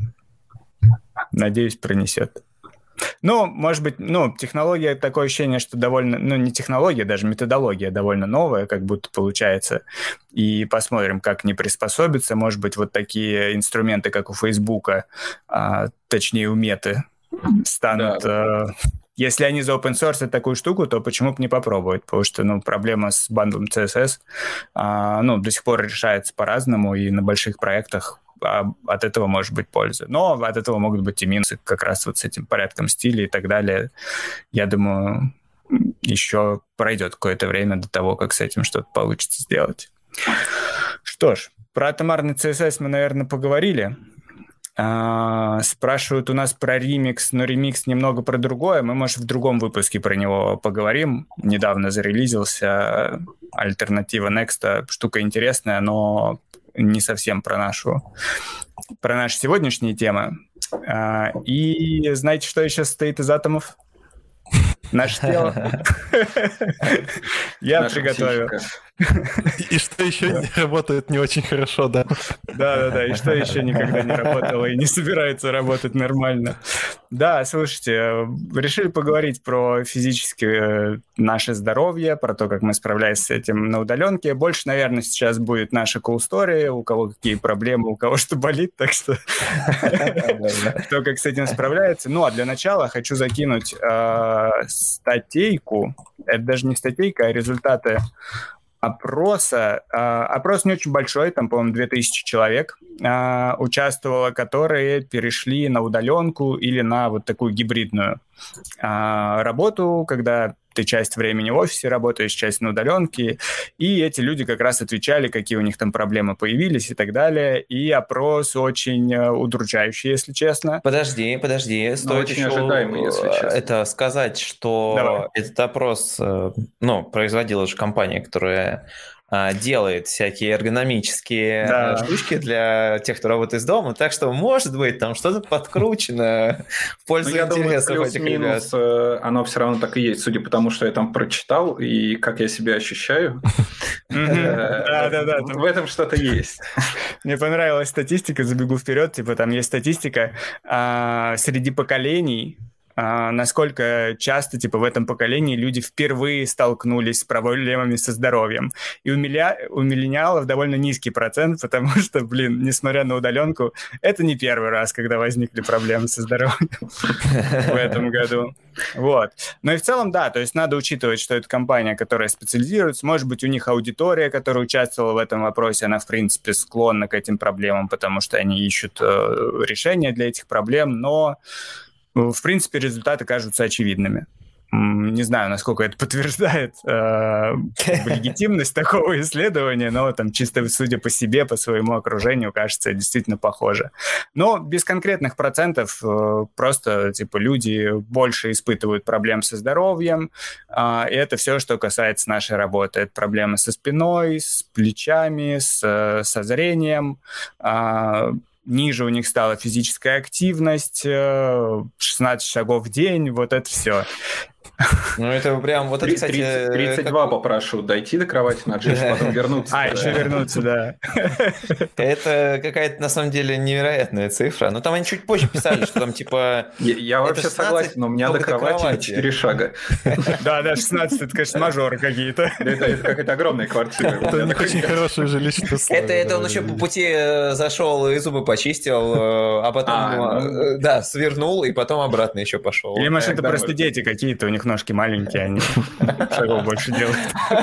надеюсь, пронесет. Ну, может быть, ну, технология, такое ощущение, что довольно, ну, не технология, даже методология довольно новая, как будто получается. И посмотрим, как не приспособиться. Может быть, вот такие инструменты, как у Фейсбука, а, точнее, у Меты, станут... Да. А, если они за open source такую штуку, то почему бы не попробовать? Потому что, ну, проблема с бандлом си эс эс, а, ну, до сих пор решается по-разному, и на больших проектах от этого может быть польза. Но от этого могут быть и минусы, как раз вот с этим порядком стиля и так далее. Я думаю, еще пройдет какое-то время до того, как с этим что-то получится сделать. Что ж, про атомарный си эс эс мы, наверное, поговорили. А, спрашивают у нас про ремикс, но ремикс немного про другое. Мы, может, в другом выпуске про него поговорим. Недавно зарелизился альтернатива Next. Штука интересная, но не совсем про нашу, про наши сегодняшние темы. А, и знаете, что еще состоит из атомов? Наше тело. Я приготовил. И что еще не работает не очень хорошо, да? Да-да-да, и что еще никогда не работало и не собирается работать нормально. Да, слушайте, решили поговорить про физическое наше здоровье, про то, как мы справляемся с этим на удаленке. Больше, наверное, сейчас будет наша cool story, у кого какие проблемы, у кого что болит, так что кто как с этим справляется. Ну, а для начала хочу закинуть статейку. Это даже не статейка, а результаты опроса. Опрос не очень большой, там, по-моему, две тысячи человек участвовало, которые перешли на удаленку или на вот такую гибридную работу, когда ты часть времени в офисе работаешь, часть на удаленке, и эти люди как раз отвечали, какие у них там проблемы появились и так далее, и опрос очень удручающий, если честно. Подожди, подожди, стоит очень еще ожидаемый, если честно. Это сказать, что Давай. Этот опрос, ну, производила же компания, которая делает всякие эргономические Да. штучки для тех, кто работает из дома, так что, может быть, там что-то подкручено в пользу Ну, я думаю, интересов этих ребят. плюс-минус оно все равно так и есть, судя по тому, что я там прочитал и как я себя ощущаю. Да-да-да. В этом что-то есть. Мне понравилась статистика, забегу вперед, типа там есть статистика среди поколений, А, насколько часто, типа, в этом поколении люди впервые столкнулись с проблемами со здоровьем. И у, милля... у миллениалов довольно низкий процент, потому что, блин, несмотря на удаленку, это не первый раз, когда возникли проблемы со здоровьем в этом году. Вот. Но и в целом, да, то есть надо учитывать, что это компания, которая специализируется, может быть, у них аудитория, которая участвовала в этом вопросе, она, в принципе, склонна к этим проблемам, потому что они ищут э, решения для этих проблем, но в принципе, результаты кажутся очевидными. Не знаю, насколько это подтверждает э, легитимность такого исследования, но там чисто судя по себе, по своему окружению, кажется, действительно похоже. Но без конкретных процентов э, просто типа люди больше испытывают проблем со здоровьем, э, и это все, что касается нашей работы. Это проблемы со спиной, с плечами, с, со зрением, э, ниже у них стала физическая активность, шестнадцать шагов в день, вот это все. Ну, это прям, вот это, кстати... тридцать два как... попрошу, дойти до кровати на джиш, потом вернуться. А, еще вернуться, да. Это какая-то, на самом деле, невероятная цифра. Но там они чуть позже писали, что там, типа... Я вообще согласен, но у меня до кровати четыре шага. Да, да, шестнадцать, это, конечно, мажоры какие-то. Это какая-то огромная квартира. Это не очень хорошее жилищное условие. Это он еще по пути зашел и зубы почистил, а потом, да, свернул, и потом обратно еще пошел. Или, может, это просто дети какие-то, у них ножки маленькие, они шагов больше делают.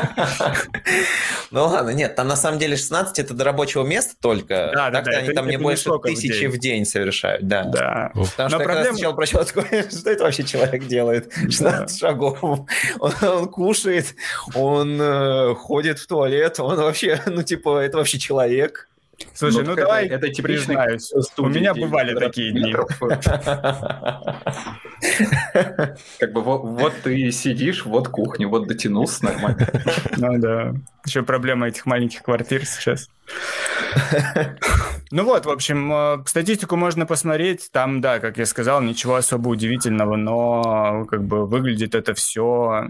Ну ладно, нет, там на самом деле шестнадцать это до рабочего места только. Да, да, так-то да, они это, там не это больше не тысячи в день. в день совершают, да. Да. Потому Но что проблема... я сначала прочитал такое, что это вообще человек делает? шестнадцать да. шагов. Он, он кушает, он э, ходит в туалет, он вообще, ну типа, это вообще человек. Слушай, ну, ну давай, это, это признаюсь, у меня бывали такие дни. Как бы вот ты сидишь, вот кухня, вот дотянулся нормально. Ну да, еще проблема этих маленьких квартир сейчас. Ну вот, в общем, статистику можно посмотреть, там, да, как я сказал, ничего особо удивительного, но как бы выглядит это все...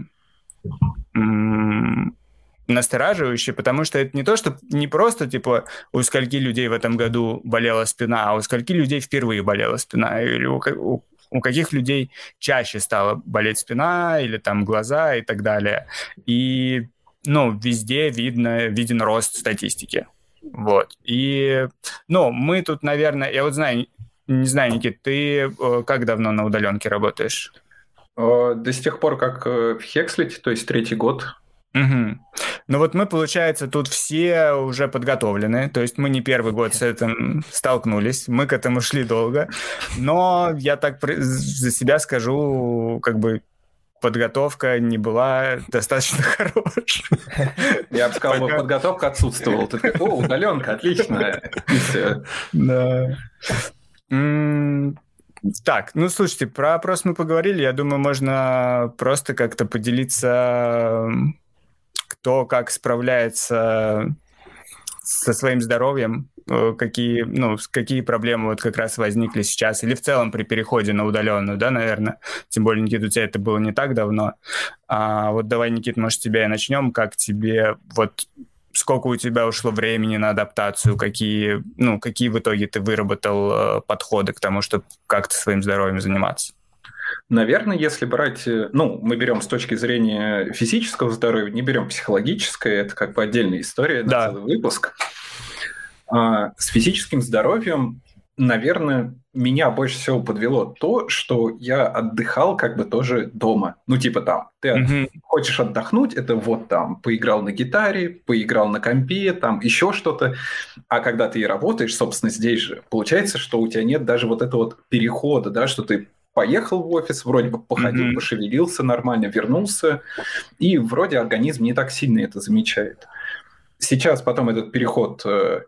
настораживающе, потому что это не то, что не просто, типа, у скольки людей в этом году болела спина, а у скольки людей впервые болела спина, или у, у, у каких людей чаще стала болеть спина, или там глаза и так далее. И, ну, везде видно, виден рост статистики. Вот. И, ну, мы тут, наверное, я вот знаю, не знаю, Никит, ты как давно на удаленке работаешь? Да с тех пор, как в Hexlet, то есть третий год. Угу. Ну вот мы, получается, тут все уже подготовлены, то есть мы не первый год с этим столкнулись, мы к этому шли долго, но я так за себя скажу, как бы подготовка не была достаточно хорошей. Я бы сказал, Пока... подготовка отсутствовала. Ты такой, о, удаленка, отлично. Да. Так, ну слушайте, про опрос мы поговорили, я думаю, можно просто как-то поделиться... кто как справляется со своим здоровьем какие, ну, какие проблемы вот как раз возникли сейчас, или в целом при переходе на удаленную, да, наверное. Тем более, Никита, у тебя это было не так давно. А вот давай, Никит, может, с тебя и начнем. Как тебе, вот, сколько у тебя ушло времени на адаптацию, какие, ну, какие в итоге ты выработал э, подходы к тому, чтобы как-то своим здоровьем заниматься? Наверное, если брать, ну, мы берем с точки зрения физического здоровья, не берем психологическое, это как бы отдельная история на Да. целый выпуск. А с физическим здоровьем, наверное, меня больше всего подвело то, что я отдыхал как бы тоже дома. Ну, типа там, ты mm-hmm. хочешь отдохнуть, это вот там, поиграл на гитаре, поиграл на компе, там еще что-то. А когда ты работаешь, собственно, здесь же, получается, что у тебя нет даже вот этого вот перехода, да, что ты поехал в офис, вроде бы походил, mm-hmm. пошевелился нормально, вернулся, и вроде организм не так сильно это замечает. Сейчас потом этот переход...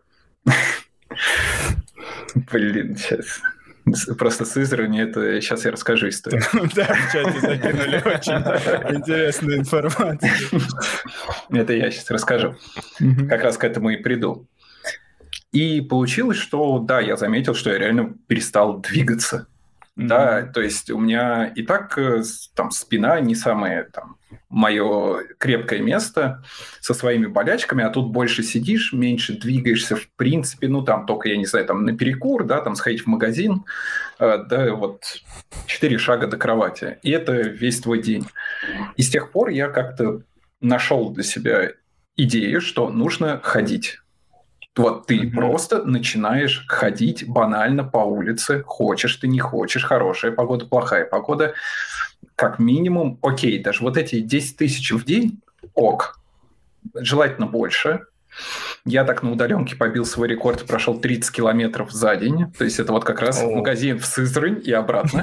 Блин, сейчас... Просто Сызрань, это сейчас я расскажу историю. Да, в чате закинули очень интересную информацию. Это я сейчас расскажу. Как раз к этому и приду. И получилось, что, да, я заметил, что я реально перестал двигаться. Mm-hmm. Да, то есть у меня и так там спина не самое там мое крепкое место со своими болячками, а тут больше сидишь, меньше двигаешься, в принципе, ну там только, я не знаю, там на перекур, да, там сходить в магазин, э, да, вот четыре шага до кровати, и это весь твой день. И с тех пор я как-то нашел для себя идею, что нужно ходить. Вот ты mm-hmm. просто начинаешь ходить банально по улице, хочешь ты, не хочешь, хорошая погода, плохая погода, как минимум, окей, даже вот эти десять тысяч в день, ок, желательно больше. Я так на удаленке побил свой рекорд и прошел тридцать километров за день, то есть это вот как раз oh. магазин в Сызрань и обратно.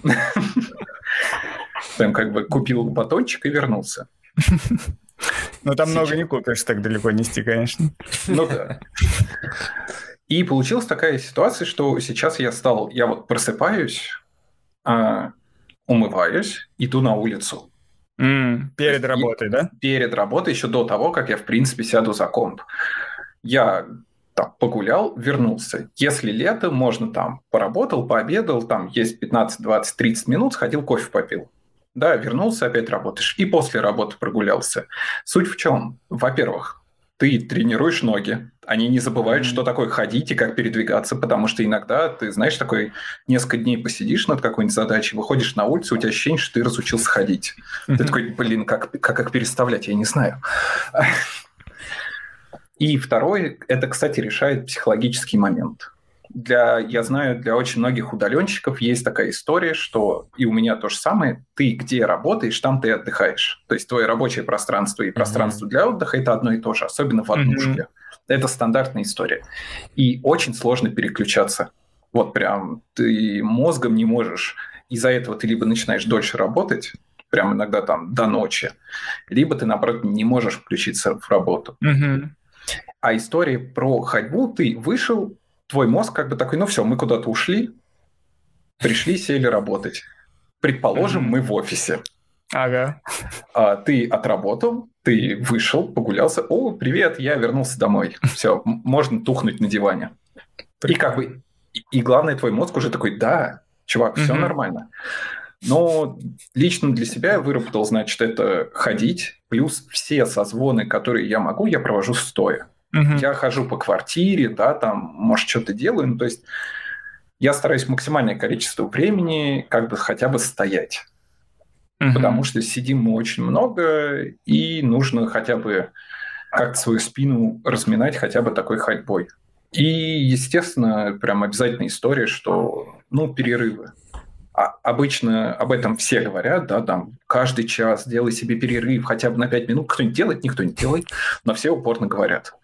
Там как бы купил батончик и вернулся. Ну, там много не купишь, так далеко нести, конечно. Ну, да. И получилась такая ситуация, что сейчас я стал... Я вот просыпаюсь, а, умываюсь, иду на улицу. Mm, перед работой, да? Перед работой, еще до того, как я, в принципе, сяду за комп. Я там погулял, вернулся. Если лето, можно там поработал, пообедал, там есть пятнадцать, двадцать, тридцать минут, сходил, кофе попил. Да, вернулся, опять работаешь. И после работы прогулялся. Суть в чем? Во-первых, ты тренируешь ноги. Они не забывают, mm-hmm. что такое ходить и как передвигаться, потому что иногда ты, знаешь, такой несколько дней посидишь над какой-нибудь задачей, выходишь на улицу, у тебя ощущение, что ты разучился ходить. Mm-hmm. Ты такой, блин, как, как, как переставлять, я не знаю. И второе, это, кстати, решает психологический момент. Для, я знаю, для очень многих удаленщиков есть такая история, что и у меня то же самое, ты где работаешь, там ты отдыхаешь. То есть твое рабочее пространство и пространство mm-hmm. для отдыха – это одно и то же, особенно в однушке. Mm-hmm. Это стандартная история. И очень сложно переключаться. Вот прям ты мозгом не можешь. Из-за этого ты либо начинаешь дольше работать, прям иногда там до ночи, либо ты, наоборот, не можешь включиться в работу. Mm-hmm. А история про ходьбу, ты вышел, твой мозг как бы такой, ну все, мы куда-то ушли, пришли, сели работать. Предположим, mm-hmm. мы в офисе. Ага. А, ты отработал, ты вышел, погулялся. О, привет, я вернулся домой. Все, можно тухнуть на диване. И как бы, и главное, твой мозг уже такой, да, чувак, все mm-hmm. нормально. Но лично для себя я выработал, значит, это ходить, плюс все созвоны, которые я могу, я провожу стоя. Uh-huh. Я хожу по квартире, да, там, может, что-то делаю. Ну, то есть я стараюсь максимальное количество времени как бы хотя бы стоять. Uh-huh. Потому что сидим мы очень много, и нужно хотя бы как-то свою спину разминать хотя бы такой ходьбой. И, естественно, прям обязательная история, что, ну, перерывы. А обычно об этом все говорят, да, там, каждый час делай себе перерыв хотя бы на пять минут. Кто-нибудь делает, никто не делает, но все упорно говорят.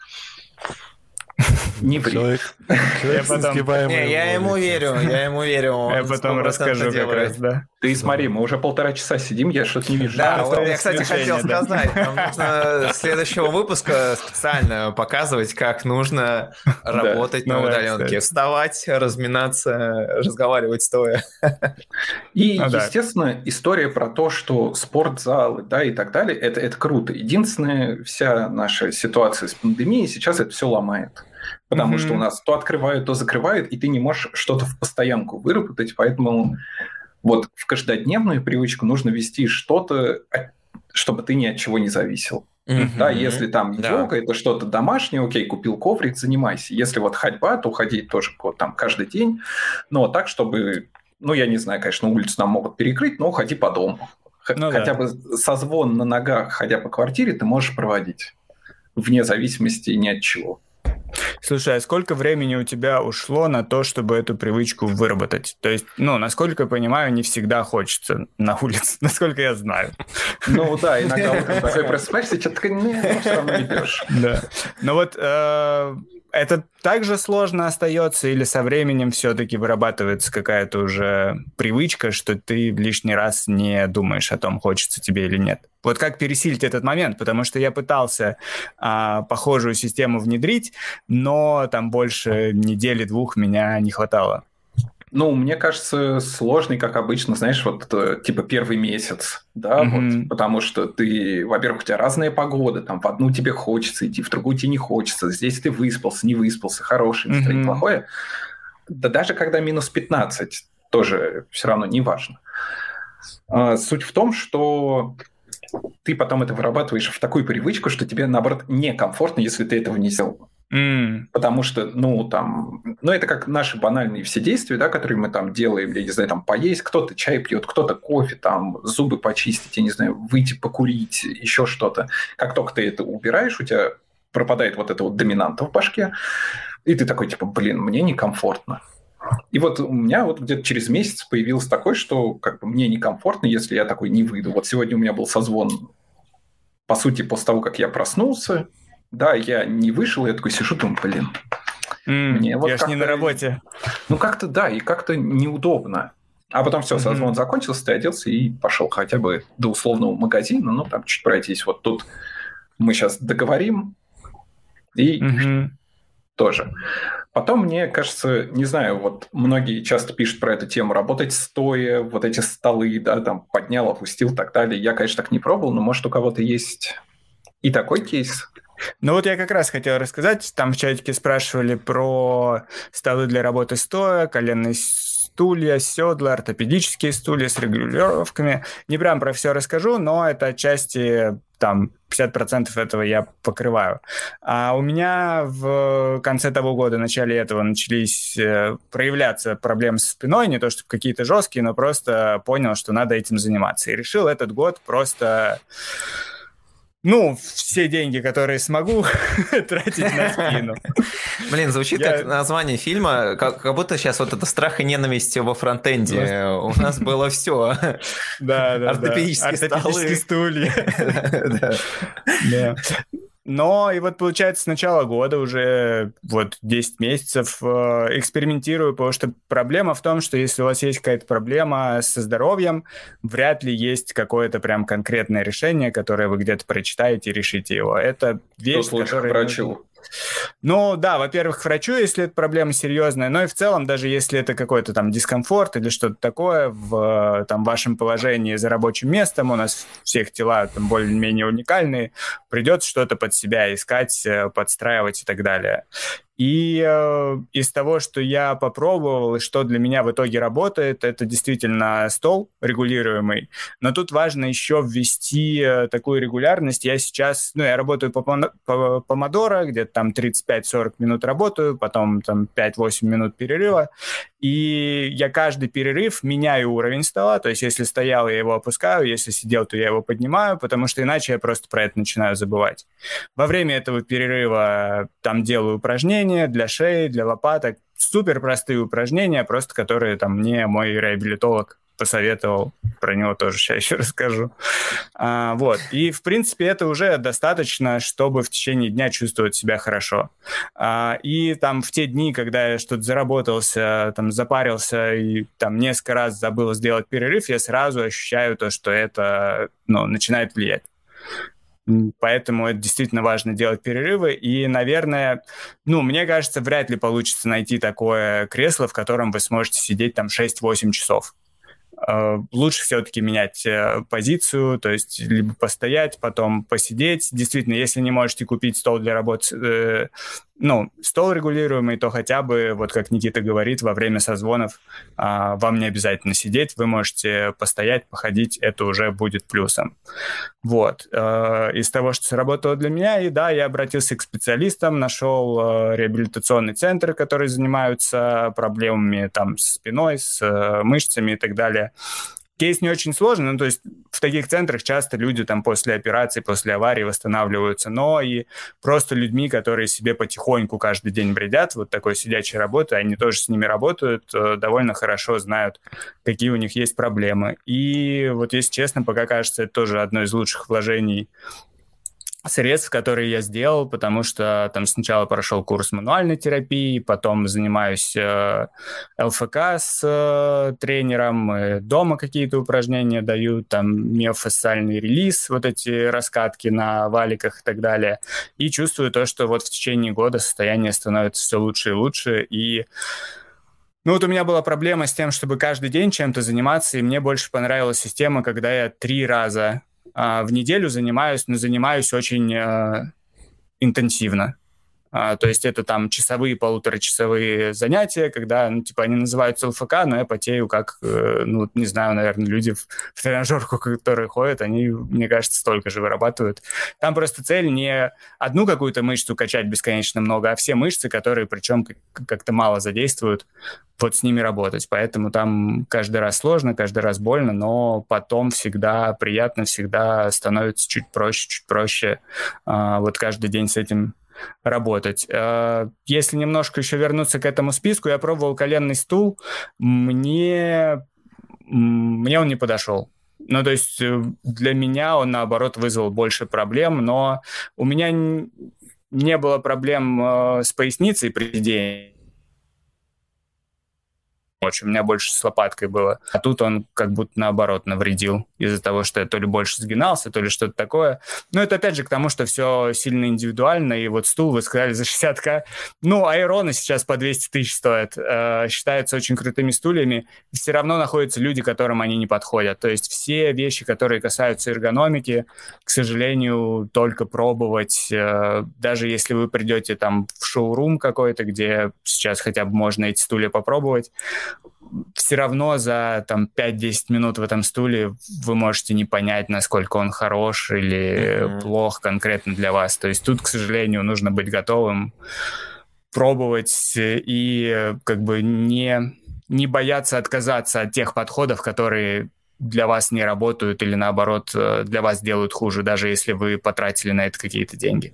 Не ври. Человек, человек я потом... Не, я ему верю, я ему верю. Я потом расскажу как раз, да. Ты смотри, мы уже полтора часа сидим, я что-то не вижу. Да, вот я, кстати, хотел да. сказать, нам нужно следующего выпуска специально показывать, как нужно работать да, на ну, удаленке. Да, вставать, разминаться, разговаривать стоя. И, ну, естественно, да. история про то, что спортзалы, да, и так далее, это, это круто. Единственная вся наша ситуация с пандемией сейчас это все ломает. Потому Mm-hmm. что у нас то открывают, то закрывают, и ты не можешь что-то в постоянку выработать, поэтому вот в каждодневную привычку нужно вести что-то, чтобы ты ни от чего не зависел. Mm-hmm. Да, если там да. йога, это что-то домашнее, окей, купил коврик, занимайся. Если вот ходьба, то ходить тоже вот, там каждый день, но так, чтобы, ну, я не знаю, конечно, улицу нам могут перекрыть, но ходи по дому. Ну, хотя да. бы созвон на ногах, ходя по квартире, ты можешь проводить, вне зависимости ни от чего. Слушай, а сколько времени у тебя ушло на то, чтобы эту привычку выработать? То есть, ну, насколько я понимаю, не всегда хочется на улице, насколько я знаю. Ну да, иногда утром такой просыпаешься, что-то такое, нет, все равно идешь. Да. Ну вот это также сложно остается или со временем все-таки вырабатывается какая-то уже привычка, что ты лишний раз не думаешь о том, хочется тебе или нет? Вот как пересилить этот момент? Потому что я пытался а, похожую систему внедрить, но там больше недели-двух меня не хватало. Ну, мне кажется, сложный, как обычно, знаешь, вот типа первый месяц, да, mm-hmm. вот, потому что ты, во-первых, у тебя разная погода, там в одну тебе хочется идти, в другую тебе не хочется, здесь ты выспался, не выспался, хорошее настроение, mm-hmm. плохое. Да даже когда минус пятнадцать, тоже все равно не важно. А, суть в том, что ты потом это вырабатываешь в такую привычку, что тебе, наоборот, некомфортно, если ты этого не сделал. Mm. Потому что, ну, там, ну, это как наши банальные все действия, да, которые мы там делаем, я не знаю, там, поесть, кто-то чай пьет, кто-то кофе, там, зубы почистить, я не знаю, выйти покурить, еще что-то. Как только ты это убираешь, у тебя пропадает вот эта вот доминанта в башке, и ты такой, типа, блин, мне некомфортно. И вот у меня вот где-то через месяц появилось такое, что как бы мне некомфортно, если я такой не выйду. Вот сегодня у меня был созвон, по сути, после того, как я проснулся. Да, я не вышел, я такой сижу, думаю, блин. Mm, мне вот я ж не на работе. Ну, как-то да, и как-то неудобно. А потом все, созвон mm-hmm. закончился, ты оделся и пошел хотя бы до условного магазина, ну, там чуть пройтись. Вот тут мы сейчас договорим, и mm-hmm. тоже. Потом, мне кажется, не знаю, вот многие часто пишут про эту тему, работать стоя, вот эти столы, да, там поднял, опустил и так далее. Я, конечно, так не пробовал, но может у кого-то есть и такой кейс. Ну вот я как раз хотел рассказать, там в чатике спрашивали про столы для работы стоя, коленные стулья, седла, ортопедические стулья с регулировками. Не прям про все расскажу, но это отчасти там пятьдесят процентов этого я покрываю. А у меня в конце того года, в начале этого начались проявляться проблемы со спиной, не то чтобы какие-то жесткие, но просто понял, что надо этим заниматься. И решил этот год просто... Ну, все деньги, которые смогу, тратить на спину. Блин, звучит Я... как название фильма, как, как будто сейчас вот это «Страх и ненависть во фронтенде». Просто... У нас было все. Да, да, ортопедические да. Ортопедические стулья. Да. Но и вот получается с начала года уже вот десять месяцев э, экспериментирую, потому что проблема в том, что если у вас есть какая-то проблема со здоровьем, вряд ли есть какое-то прям конкретное решение, которое вы где-то прочитаете и решите его. Это вещь, которая... врачу. Ну да, во-первых, к врачу, если это проблема серьезная, но и в целом, даже если это какой-то там дискомфорт или что-то такое в там, вашем положении за рабочим местом, у нас всех тела там более-менее уникальные, придется что-то под себя искать, подстраивать и так далее. И э, из того, что я попробовал, и что для меня в итоге работает, это действительно стол регулируемый. Но тут важно еще ввести э, такую регулярность. Я сейчас, ну, я работаю по, по помодоро, где-то там тридцать пять сорок минут работаю, потом там пять-восемь минут перерыва. И я каждый перерыв меняю уровень стола. То есть если стоял, я его опускаю, если сидел, то я его поднимаю, потому что иначе я просто про это начинаю забывать. Во время этого перерыва там делаю упражнения для шеи, для лопаток. Супер простые упражнения, просто которые там мне мой реабилитолог посоветовал. Про него тоже сейчас еще расскажу. А, вот. И, в принципе, это уже достаточно, чтобы в течение дня чувствовать себя хорошо. А, и там в те дни, когда я что-то заработался, там запарился и там несколько раз забыл сделать перерыв, я сразу ощущаю то, что это, ну, начинает влиять. Поэтому это действительно важно делать перерывы. И, наверное, ну, мне кажется, вряд ли получится найти такое кресло, в котором вы сможете сидеть там шесть-восемь часов. Лучше все-таки менять позицию, то есть либо постоять, потом посидеть. Действительно, если не можете купить стол для работы ну, стол регулируемый, то хотя бы, вот как Никита говорит, во время созвонов а, вам не обязательно сидеть, вы можете постоять, походить, это уже будет плюсом. Вот. А, из того, что сработало для меня, и да, я обратился к специалистам, нашел а, реабилитационный центр, которые занимаются проблемами там с спиной, с а, мышцами и так далее. Кейс не очень сложный, ну, то есть в таких центрах часто люди там после операции, после аварии восстанавливаются, но и просто людьми, которые себе потихоньку каждый день бредят, вот такой сидячей работы, они тоже с ними работают, довольно хорошо знают, какие у них есть проблемы. И вот, если честно, пока кажется, это тоже одно из лучших вложений средств, которые я сделал, потому что там сначала прошел курс мануальной терапии, потом занимаюсь э, ЛФК с э, тренером, э, дома какие-то упражнения даю, там миофасциальный релиз, вот эти раскатки на валиках и так далее, и чувствую то, что вот в течение года состояние становится все лучше и лучше, и ну вот у меня была проблема с тем, чтобы каждый день чем-то заниматься, и мне больше понравилась система, когда я три раза в неделю занимаюсь, но занимаюсь очень э, интенсивно. А, то есть это там часовые, полуторачасовые занятия, когда, ну, типа, они называются ЛФК, но я потею как, э, ну, не знаю, наверное, люди в, в тренажерку, которые ходят, они, мне кажется, столько же вырабатывают. Там просто цель не одну какую-то мышцу качать бесконечно много, а все мышцы, которые, причем, как-то мало задействуют, вот с ними работать. Поэтому там каждый раз сложно, каждый раз больно, но потом всегда приятно, всегда становится чуть проще, чуть проще а, вот каждый день с этим работать. Если немножко еще вернуться к этому списку, я пробовал коленный стул, мне, мне он не подошел. Ну, то есть для меня он, наоборот, вызвал больше проблем, но у меня не было проблем с поясницей при сидении. У меня больше с лопаткой было. А тут он как будто наоборот навредил из-за того, что я то ли больше сгинался, то ли что-то такое. Но это опять же к тому, что все сильно индивидуально. И вот стул вы сказали за шестьдесят тысяч. Ну, Айроны сейчас по двести тысяч стоят. Э, считаются очень крутыми стульями. Все равно находятся люди, которым они не подходят. То есть все вещи, которые касаются эргономики, к сожалению, только пробовать. Э, даже если вы придете там в шоурум какой-то, где сейчас хотя бы можно эти стулья попробовать, все равно за там, пять-десять минут в этом стуле вы можете не понять, насколько он хорош или mm-hmm. плох конкретно для вас. То есть тут, к сожалению, нужно быть готовым пробовать и как бы не, не бояться отказаться от тех подходов, которые для вас не работают или, наоборот, для вас делают хуже, даже если вы потратили на это какие-то деньги.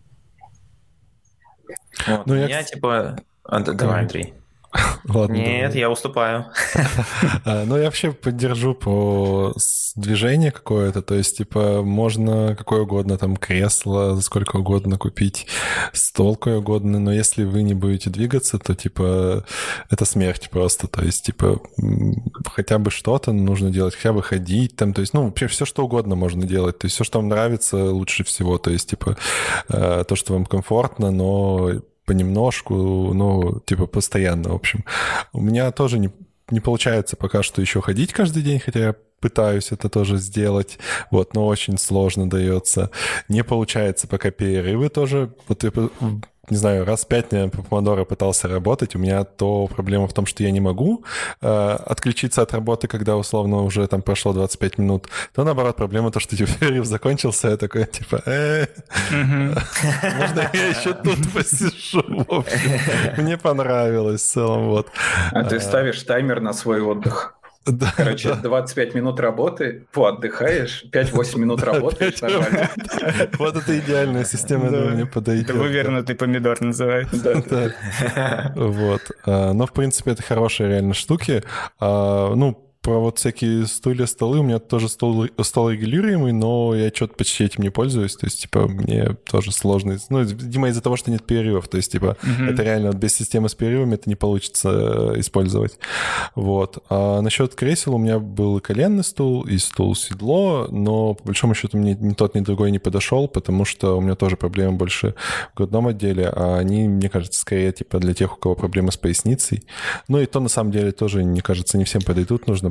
Вот. Ну, я, я типа... А, давай, Андрей. Ладно, Нет, давай. Я уступаю. Ну, я вообще поддержу по движение какое-то, то есть, типа, можно какое угодно, там, кресло, сколько угодно купить, стол какой угодно, но если вы не будете двигаться, то, типа, это смерть просто, то есть, типа, хотя бы что-то нужно делать, хотя бы ходить, там, то есть, ну, вообще все, что угодно можно делать, то есть, все, что вам нравится, лучше всего, то есть, типа, то, что вам комфортно, но понемножку, ну, типа, постоянно, в общем. У меня тоже не, не получается пока что еще ходить каждый день, хотя я пытаюсь это тоже сделать, вот, но очень сложно дается. Не получается пока перерывы тоже. Вот я, не знаю, раз пять, наверное, по помодоро пытался работать. У меня то проблема в том, что я не могу э, отключиться от работы, когда, условно, уже там прошло двадцать пять минут. То, наоборот, проблема то, что, типа, перерыв закончился, я такой, типа, э, можно я еще тут посижу? В общем, мне понравилось в целом, вот. А ты ставишь таймер на свой отдых? Да, Короче, да. двадцать пять минут работы, поотдыхаешь, пять-восемь минут работаешь, нормально. Вот это идеальная система, я думаю, мне подойдет. Это вывернутый помидор называется. Да. Вот. Но, в принципе, это хорошие реально штуки. Ну, про вот всякие стулья, столы, у меня тоже стол, стол регулируемый, но я что-то почти этим не пользуюсь, то есть, типа, мне тоже сложно, ну, видимо, из-за того, что нет перерывов, то есть, типа, mm-hmm. это реально вот без системы с перерывами это не получится использовать, вот. А насчет кресел у меня был и коленный стул, и стул-седло, но, по большому счету, мне ни тот, ни другой не подошел, потому что у меня тоже проблемы больше в грудном отделе, а они, мне кажется, скорее, типа, для тех, у кого проблемы с поясницей, ну, и то, на самом деле, тоже, мне кажется, не всем подойдут, нужно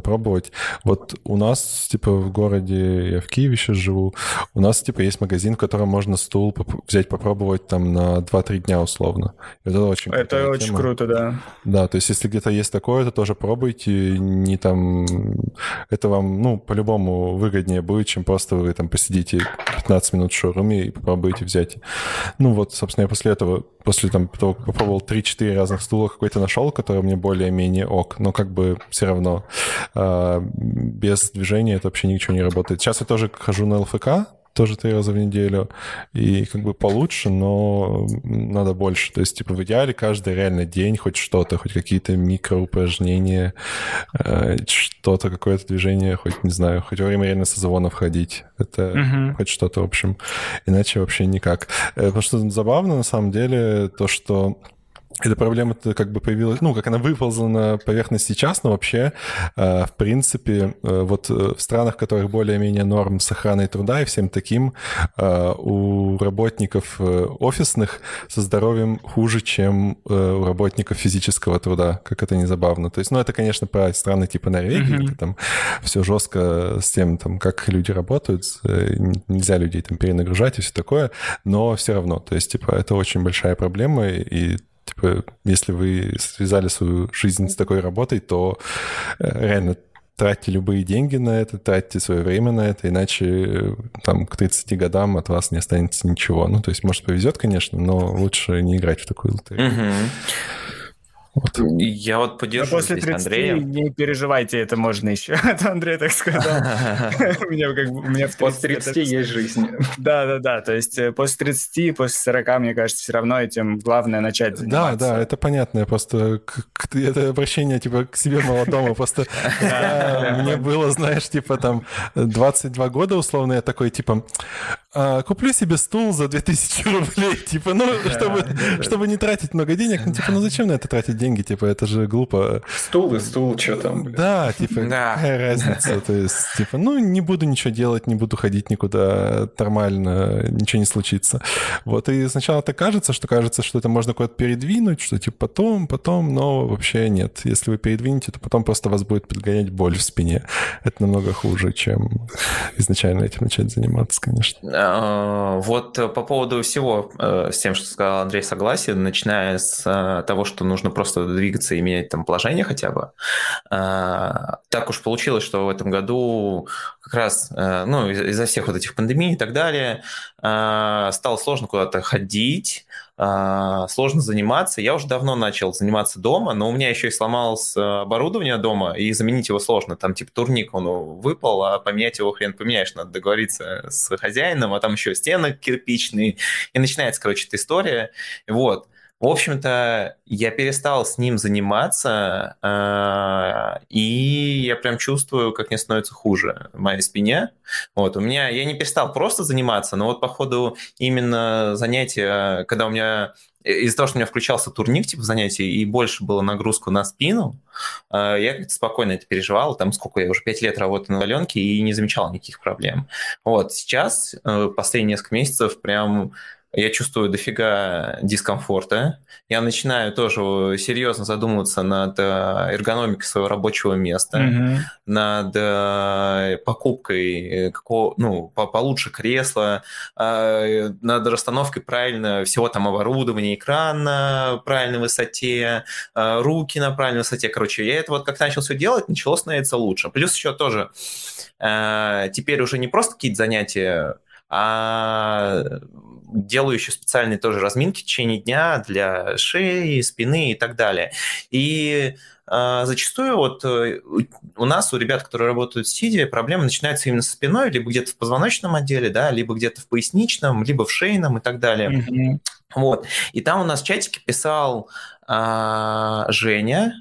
пробовать. Вот у нас, типа, в городе, я в Киеве сейчас живу, у нас, типа, есть магазин, в котором можно стул поп- взять, попробовать там на два-три дня условно. Это очень Это очень тема. круто, да. Да, то есть если где-то есть такое, то тоже пробуйте, не там... Это вам, ну, по-любому выгоднее будет, чем просто вы там посидите пятнадцать минут в шоуруме и попробуете взять. Ну вот, собственно, я после этого, после там того, как попробовал три-четыре разных стула, какой-то нашел, который мне более-менее ок, но как бы все равно э, без движения это вообще ничего не работает. Сейчас я тоже хожу на эл эф ка, тоже три раза в неделю, и как бы получше, но надо больше. То есть, типа, в идеале каждый реально день хоть что-то, хоть какие-то микроупражнения, э, что-то, какое-то движение, хоть, не знаю, хоть во время реально созвонов ходить. Это uh-huh. хоть что-то, в общем. Иначе вообще никак. Э, потому что забавно, на самом деле, то, что эта проблема-то как бы появилась, ну, как она выползла на поверхность сейчас, но вообще, э, в принципе, э, вот в странах, в которых более-менее норм с охраной труда и всем таким, э, у работников офисных со здоровьем хуже, чем э, у работников физического труда, как это не забавно. То есть, ну, это, конечно, про страны типа Норвегии, mm-hmm. где там все жестко с тем, там, как люди работают, э, нельзя людей там перенагружать и все такое, но все равно, то есть, типа, это очень большая проблема, и типа, если вы связали свою жизнь с такой работой, то э, реально тратьте любые деньги на это, тратьте свое время на это, иначе там к тридцати годам от вас не останется ничего. Ну, то есть, может, повезет, конечно, но лучше не играть в такую лотерею. Угу. Вот. Я вот поддержу после здесь тридцати Андрея. Не переживайте, это можно еще. Это Андрей так сказал. У меня как бы у меня после тридцати есть жизнь. Да, да, да. То есть после тридцати, после сорока, мне кажется, все равно этим главное начать заниматься. Да, да, это понятно. Я просто это обращение типа к себе молодому. Просто мне было, знаешь, типа там двадцать два года условно, я такой типа куплю себе стул за две тысячи рублей, типа, ну, чтобы чтобы не тратить много денег, ну, типа, ну зачем на это тратить деньги, типа, это же глупо. Стул и стул, что там, блин. Да, типа, да. Какая разница, то есть, типа, ну, не буду ничего делать, не буду ходить никуда, нормально, ничего не случится. Вот, и сначала так кажется, что кажется, что это можно куда-то передвинуть, что, типа, потом, потом, но вообще нет. Если вы передвинете, то потом просто вас будет подгонять боль в спине. Это намного хуже, чем изначально этим начать заниматься, конечно. Вот по поводу всего с тем, что сказал Андрей, согласен, начиная с того, что нужно просто двигаться и менять там положение хотя бы. Так уж получилось, что в этом году как раз, ну, из-за всех вот этих пандемий и так далее, стало сложно куда-то ходить, сложно заниматься. Я уже давно начал заниматься дома, но у меня еще и сломалось оборудование дома, и заменить его сложно. Там типа турник, он выпал, а поменять его хрен поменяешь. Надо договориться с хозяином, а там еще стены кирпичные. И начинается, короче, эта история. Вот. В общем-то, я перестал с ним заниматься, и я прям чувствую, как мне становится хуже в моей спине. Вот, у меня, я не перестал просто заниматься, но вот по ходу именно занятия, когда у меня, из-за того, что у меня включался турник типа занятий, и больше было нагрузку на спину, я как-то спокойно это переживал, там сколько я уже пять лет работаю на удаленке и не замечал никаких проблем. Вот, сейчас, последние несколько месяцев, прям... Я чувствую дофига дискомфорта. Я начинаю тоже серьезно задумываться над эргономикой своего рабочего места, mm-hmm. над покупкой какого, ну, получше кресла, над расстановкой правильно всего там оборудования, экран на правильной высоте, руки на правильной высоте. Короче, я это вот как начал все делать, начало становиться лучше. Плюс еще тоже теперь уже не просто какие-то занятия, а делаю еще специальные тоже разминки в течение дня для шеи, спины и так далее. И э, зачастую вот у нас, у ребят, которые работают в сидя, проблемы начинаются именно со спиной, либо где-то в позвоночном отделе, да, либо где-то в поясничном, либо в шейном и так далее. Mm-hmm. Вот. И там у нас в чатике писал э, Женя,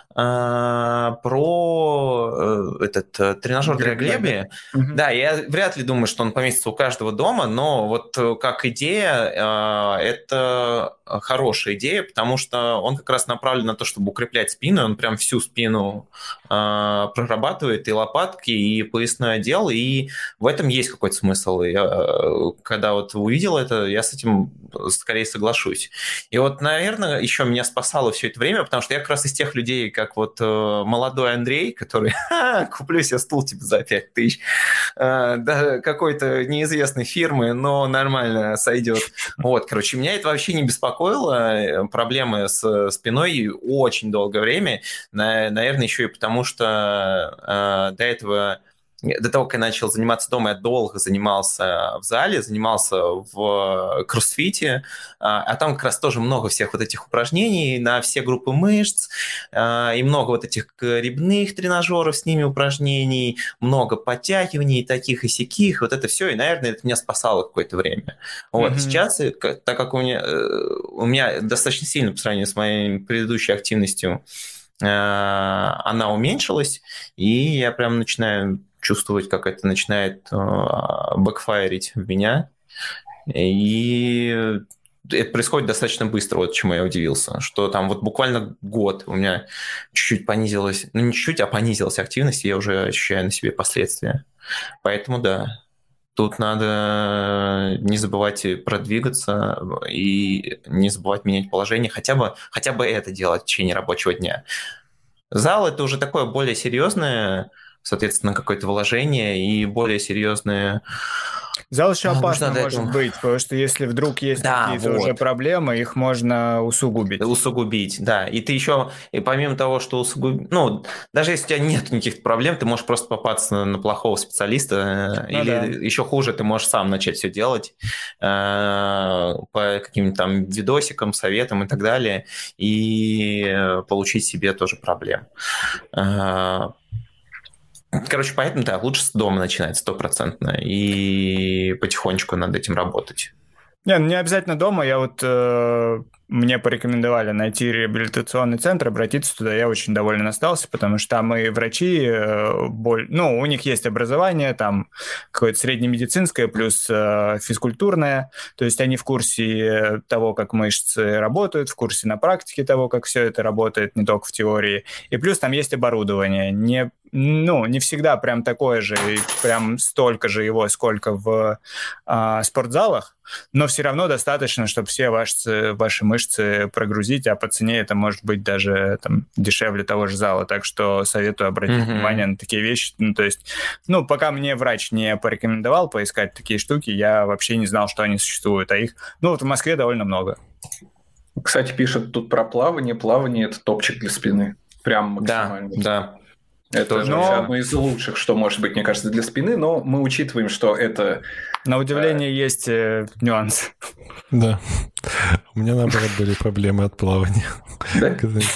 про этот тренажер для греби. Mm-hmm. Да, я вряд ли думаю, что он поместится у каждого дома, но вот как идея, это хорошая идея, потому что он как раз направлен на то, чтобы укреплять спину, он прям всю спину прорабатывает, и лопатки, и поясной отдел, и в этом есть какой-то смысл. Я, когда вот увидел это, я с этим скорее соглашусь. И вот, наверное, еще меня спасало все это время, потому что я как раз из тех людей, как вот молодой Андрей, который куплю себе стул типа за пять тысяч, да, какой-то неизвестной фирмы, но нормально сойдет. Вот, короче, меня это вообще не беспокоило. Проблемы с спиной очень долгое время. Наверное, еще и потому, что до этого... До того, как я начал заниматься дома, я долго занимался в зале, занимался в кроссфите, а там как раз тоже много всех вот этих упражнений на все группы мышц, и много вот этих гребных тренажеров с ними упражнений, много подтягиваний таких и сяких, вот это все, и, наверное, это меня спасало какое-то время. Вот, mm-hmm. Сейчас, так как у меня, у меня достаточно сильно по сравнению с моей предыдущей активностью она уменьшилась, и я прям начинаю чувствовать, как это начинает э, бэкфайрить в меня. И это происходит достаточно быстро, вот чему я удивился, что там вот буквально год у меня чуть-чуть понизилась, ну не чуть-чуть, а понизилась активность, и я уже ощущаю на себе последствия. Поэтому да, тут надо не забывать продвигаться и не забывать менять положение, хотя бы, хотя бы это делать в течение рабочего дня. Зал – это уже такое более серьезное, соответственно, какое-то вложение и более серьезные... Зал еще опасно может этого... быть, потому что если вдруг есть да, какие-то вот. уже проблемы, их можно усугубить. Усугубить, да. И ты еще, и помимо того, что усугубить... Ну, даже если у тебя нет никаких проблем, ты можешь просто попасться на, на плохого специалиста, ну, или да. Еще хуже, ты можешь сам начать все делать э, по каким-то там видосикам, советам и так далее, и получить себе тоже проблем. Э, Короче, поэтому, да, лучше с дома начинать стопроцентно, и потихонечку над этим работать. Не, ну не обязательно дома. Я вот э, мне порекомендовали найти реабилитационный центр, обратиться туда. Я очень доволен остался, потому что там и врачи, э, боль, ну, у них есть образование, там какое-то среднемедицинское плюс э, физкультурное. То есть они в курсе того, как мышцы работают, в курсе на практике того, как все это работает, не только в теории. И плюс там есть оборудование. Не Ну, не всегда прям такое же, и прям столько же его, сколько в а, спортзалах, но все равно достаточно, чтобы все ваши, ваши мышцы прогрузить, а по цене это может быть даже там, дешевле того же зала, так что советую обратить mm-hmm. внимание на такие вещи. Ну, то есть, ну, пока мне врач не порекомендовал поискать такие штуки, я вообще не знал, что они существуют, а их, ну, вот в Москве довольно много. Кстати, пишут тут про плавание. Плавание – это топчик для спины. Прям максимально. Да, да. Это но... одно из лучших, что может быть, мне кажется, для спины, но мы учитываем, что это... На удивление а... есть э, нюанс. Да. У меня, наоборот, были проблемы от плавания. Да?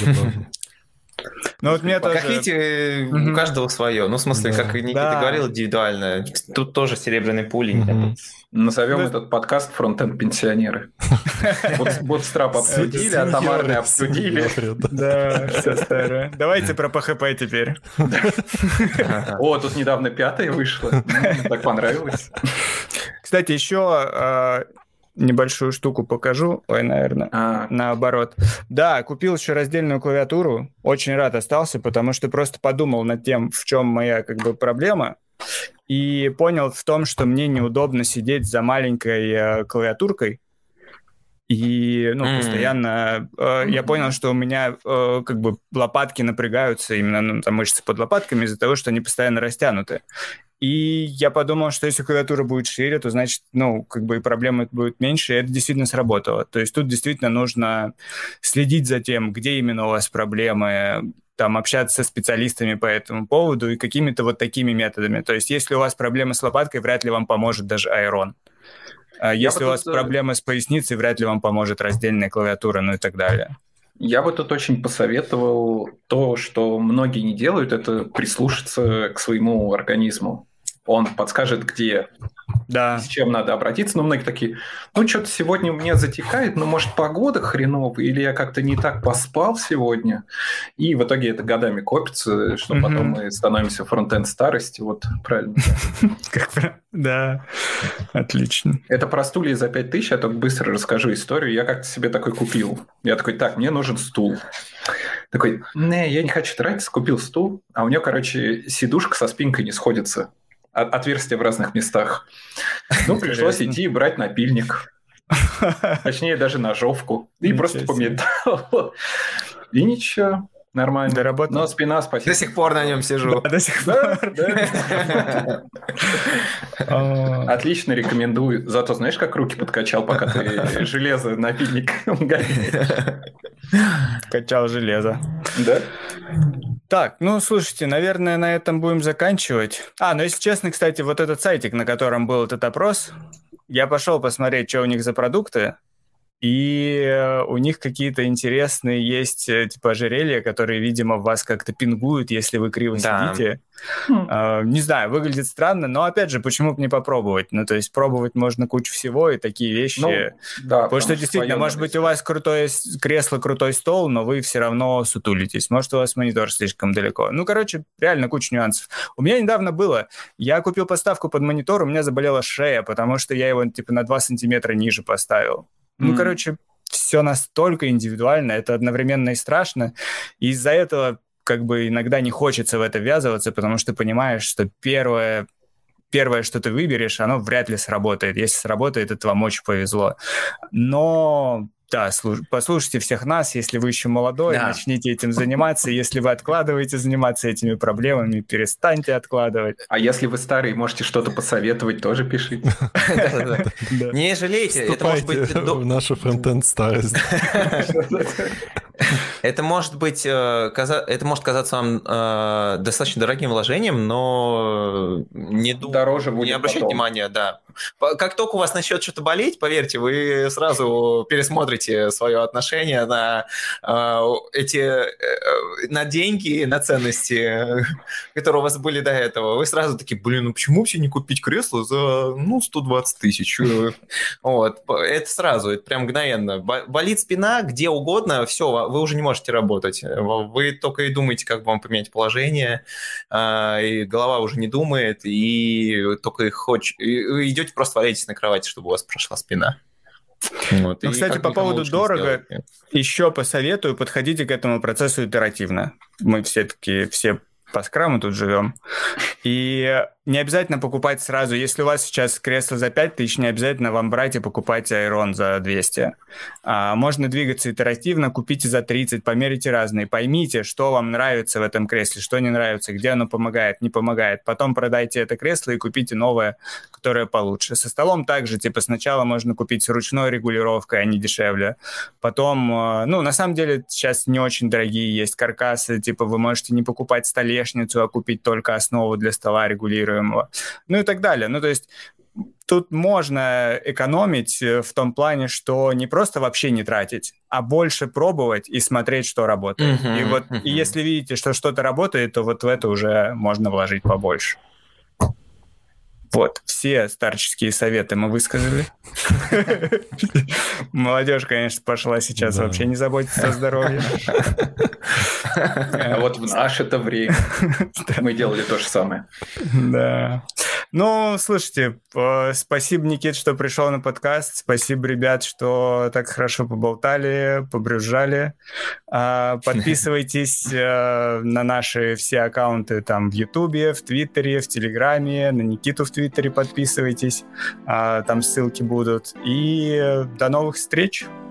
Ну, вот мне тоже... Как видите, у каждого свое. Ну, в смысле, как Никита говорил, индивидуально. Тут тоже серебряной пули нет. Назовем этот подкаст «Фронтенд пенсионеры». Bootstrap обсудили, Атомарны обсудили. Да, все старое. Давайте про пэ хэ пэ теперь. О, тут недавно пятая вышла. Так понравилось. Кстати, еще... небольшую штуку покажу. Ой, наверное, а. наоборот. Да, купил еще раздельную клавиатуру. Очень рад остался, потому что просто подумал над тем, в чем моя как бы проблема, и понял в том, что мне неудобно сидеть за маленькой э, клавиатуркой. И, ну, mm. постоянно э, я понял, что у меня э, как бы лопатки напрягаются, именно ну, там мышцы под лопатками из-за того, что они постоянно растянуты. И я подумал, что если клавиатура будет шире, то, значит, ну, как бы и проблемы будет меньше, и это действительно сработало. То есть тут действительно нужно следить за тем, где именно у вас проблемы, там, общаться со специалистами по этому поводу и какими-то вот такими методами. То есть если у вас проблемы с лопаткой, вряд ли вам поможет даже Айрон. А если у вас тут... проблемы с поясницей, вряд ли вам поможет раздельная клавиатура, ну и так далее. Я бы тут очень посоветовал то, что многие не делают, это прислушаться к своему организму. Он подскажет, где, да. с чем надо обратиться. Но многие такие, ну, что-то сегодня у меня затекает, ну, может, погода хреновая, или я как-то не так поспал сегодня. И в итоге это годами копится, что mm-hmm. потом мы становимся фронтенд старости. Вот, правильно. Да, отлично. Это про стулья за пять тысяч, я только быстро расскажу историю. Я как-то себе такой купил. Я такой, так, мне нужен стул. Такой, не, я не хочу тратиться, купил стул, а у него, короче, сидушка со спинкой не сходится. Отверстия в разных местах. Ну, пришлось идти и брать напильник. Точнее, даже ножовку. И просто по металлу. И ничего. Нормально. Доработал? Но спина, спасибо. До сих пор на нем сижу. Да, до сих пор. Отлично, рекомендую. Зато знаешь, как руки подкачал, пока ты железо напильник гоняешь? Качал железо. Да? Так, ну, слушайте, наверное, на этом будем заканчивать. А, ну, если честно, кстати, вот этот сайтик, на котором был этот опрос, я пошел посмотреть, что у них за продукты, и у них какие-то интересные есть, типа, ожерелья, которые, видимо, вас как-то пингуют, если вы криво Да. сидите. Uh, не знаю, выглядит странно, но, опять же, почему бы не попробовать? Ну, то есть пробовать можно кучу всего, и такие вещи... Ну, да, потому что, действительно, может быть, у вас крутое кресло, крутой стол, но вы все равно сутулитесь. Может, у вас монитор слишком далеко. Ну, короче, реально куча нюансов. У меня недавно было, я купил подставку под монитор, у меня заболела шея, потому что я его, типа, на два сантиметра ниже поставил. Ну, mm. короче, все настолько индивидуально, это одновременно и страшно. И из-за этого как бы иногда не хочется в это ввязываться, потому что понимаешь, что первое, первое, что ты выберешь, оно вряд ли сработает. Если сработает, это вам очень повезло. Но... Да, послушайте всех нас, если вы еще молодой, да. Начните этим заниматься. Если вы откладываете заниматься этими проблемами, перестаньте откладывать. А если вы старый, можете что-то посоветовать, тоже пишите. Не жалейте, это может быть... в нашу фронтенд старость. Это может быть, это может казаться вам достаточно дорогим вложением, но не дороже будет. Не обращайте внимания, да. Как только у вас начнет что-то болеть, поверьте, вы сразу пересмотрите свое отношение на эти, на деньги, на ценности, которые у вас были до этого. Вы сразу такие, блин, ну почему все не купить кресло за, ну, сто двадцать тысяч? Вот, это сразу, это прям мгновенно. Болит спина где угодно, все, вы уже не можете работать. Вы только и думаете, как вам поменять положение, и голова уже не думает, и только хочет... идете, просто валяетесь на кровати, чтобы у вас прошла спина. Вот. Ну, кстати, по поводу дорого, еще посоветую, подходите к этому процессу итеративно. Мы все-таки все по скраму тут живем. И не обязательно покупать сразу. Если у вас сейчас кресло за пять тысяч, не обязательно вам брать и покупать Айрон за двести. А, можно двигаться итеративно, купите за тридцать, померите разные. Поймите, что вам нравится в этом кресле, что не нравится, где оно помогает, не помогает. Потом продайте это кресло и купите новое, которое получше. Со столом также, типа, сначала можно купить с ручной регулировкой, они дешевле. Потом, ну, на самом деле, сейчас не очень дорогие есть каркасы, типа, вы можете не покупать столешницу, а купить только основу для стола регулируемого. Ну и так далее. Ну, то есть тут можно экономить в том плане, что не просто вообще не тратить, а больше пробовать и смотреть, что работает. Uh-huh, и вот uh-huh. и если видите, что что-то работает, то вот в это уже можно вложить побольше. Вот, все старческие советы мы высказали. Молодежь, конечно, пошла сейчас вообще не заботиться о здоровье. А вот в наше-то время мы делали то же самое. Да. Ну, слушайте, спасибо, Никит, что пришел на подкаст. Спасибо, ребят, что так хорошо поболтали, побрюзжали. Подписывайтесь на наши все аккаунты там в Ютубе, в Твиттере, в Телеграме, на Никиту в Твиттере подписывайтесь. Там ссылки будут. И до новых встреч!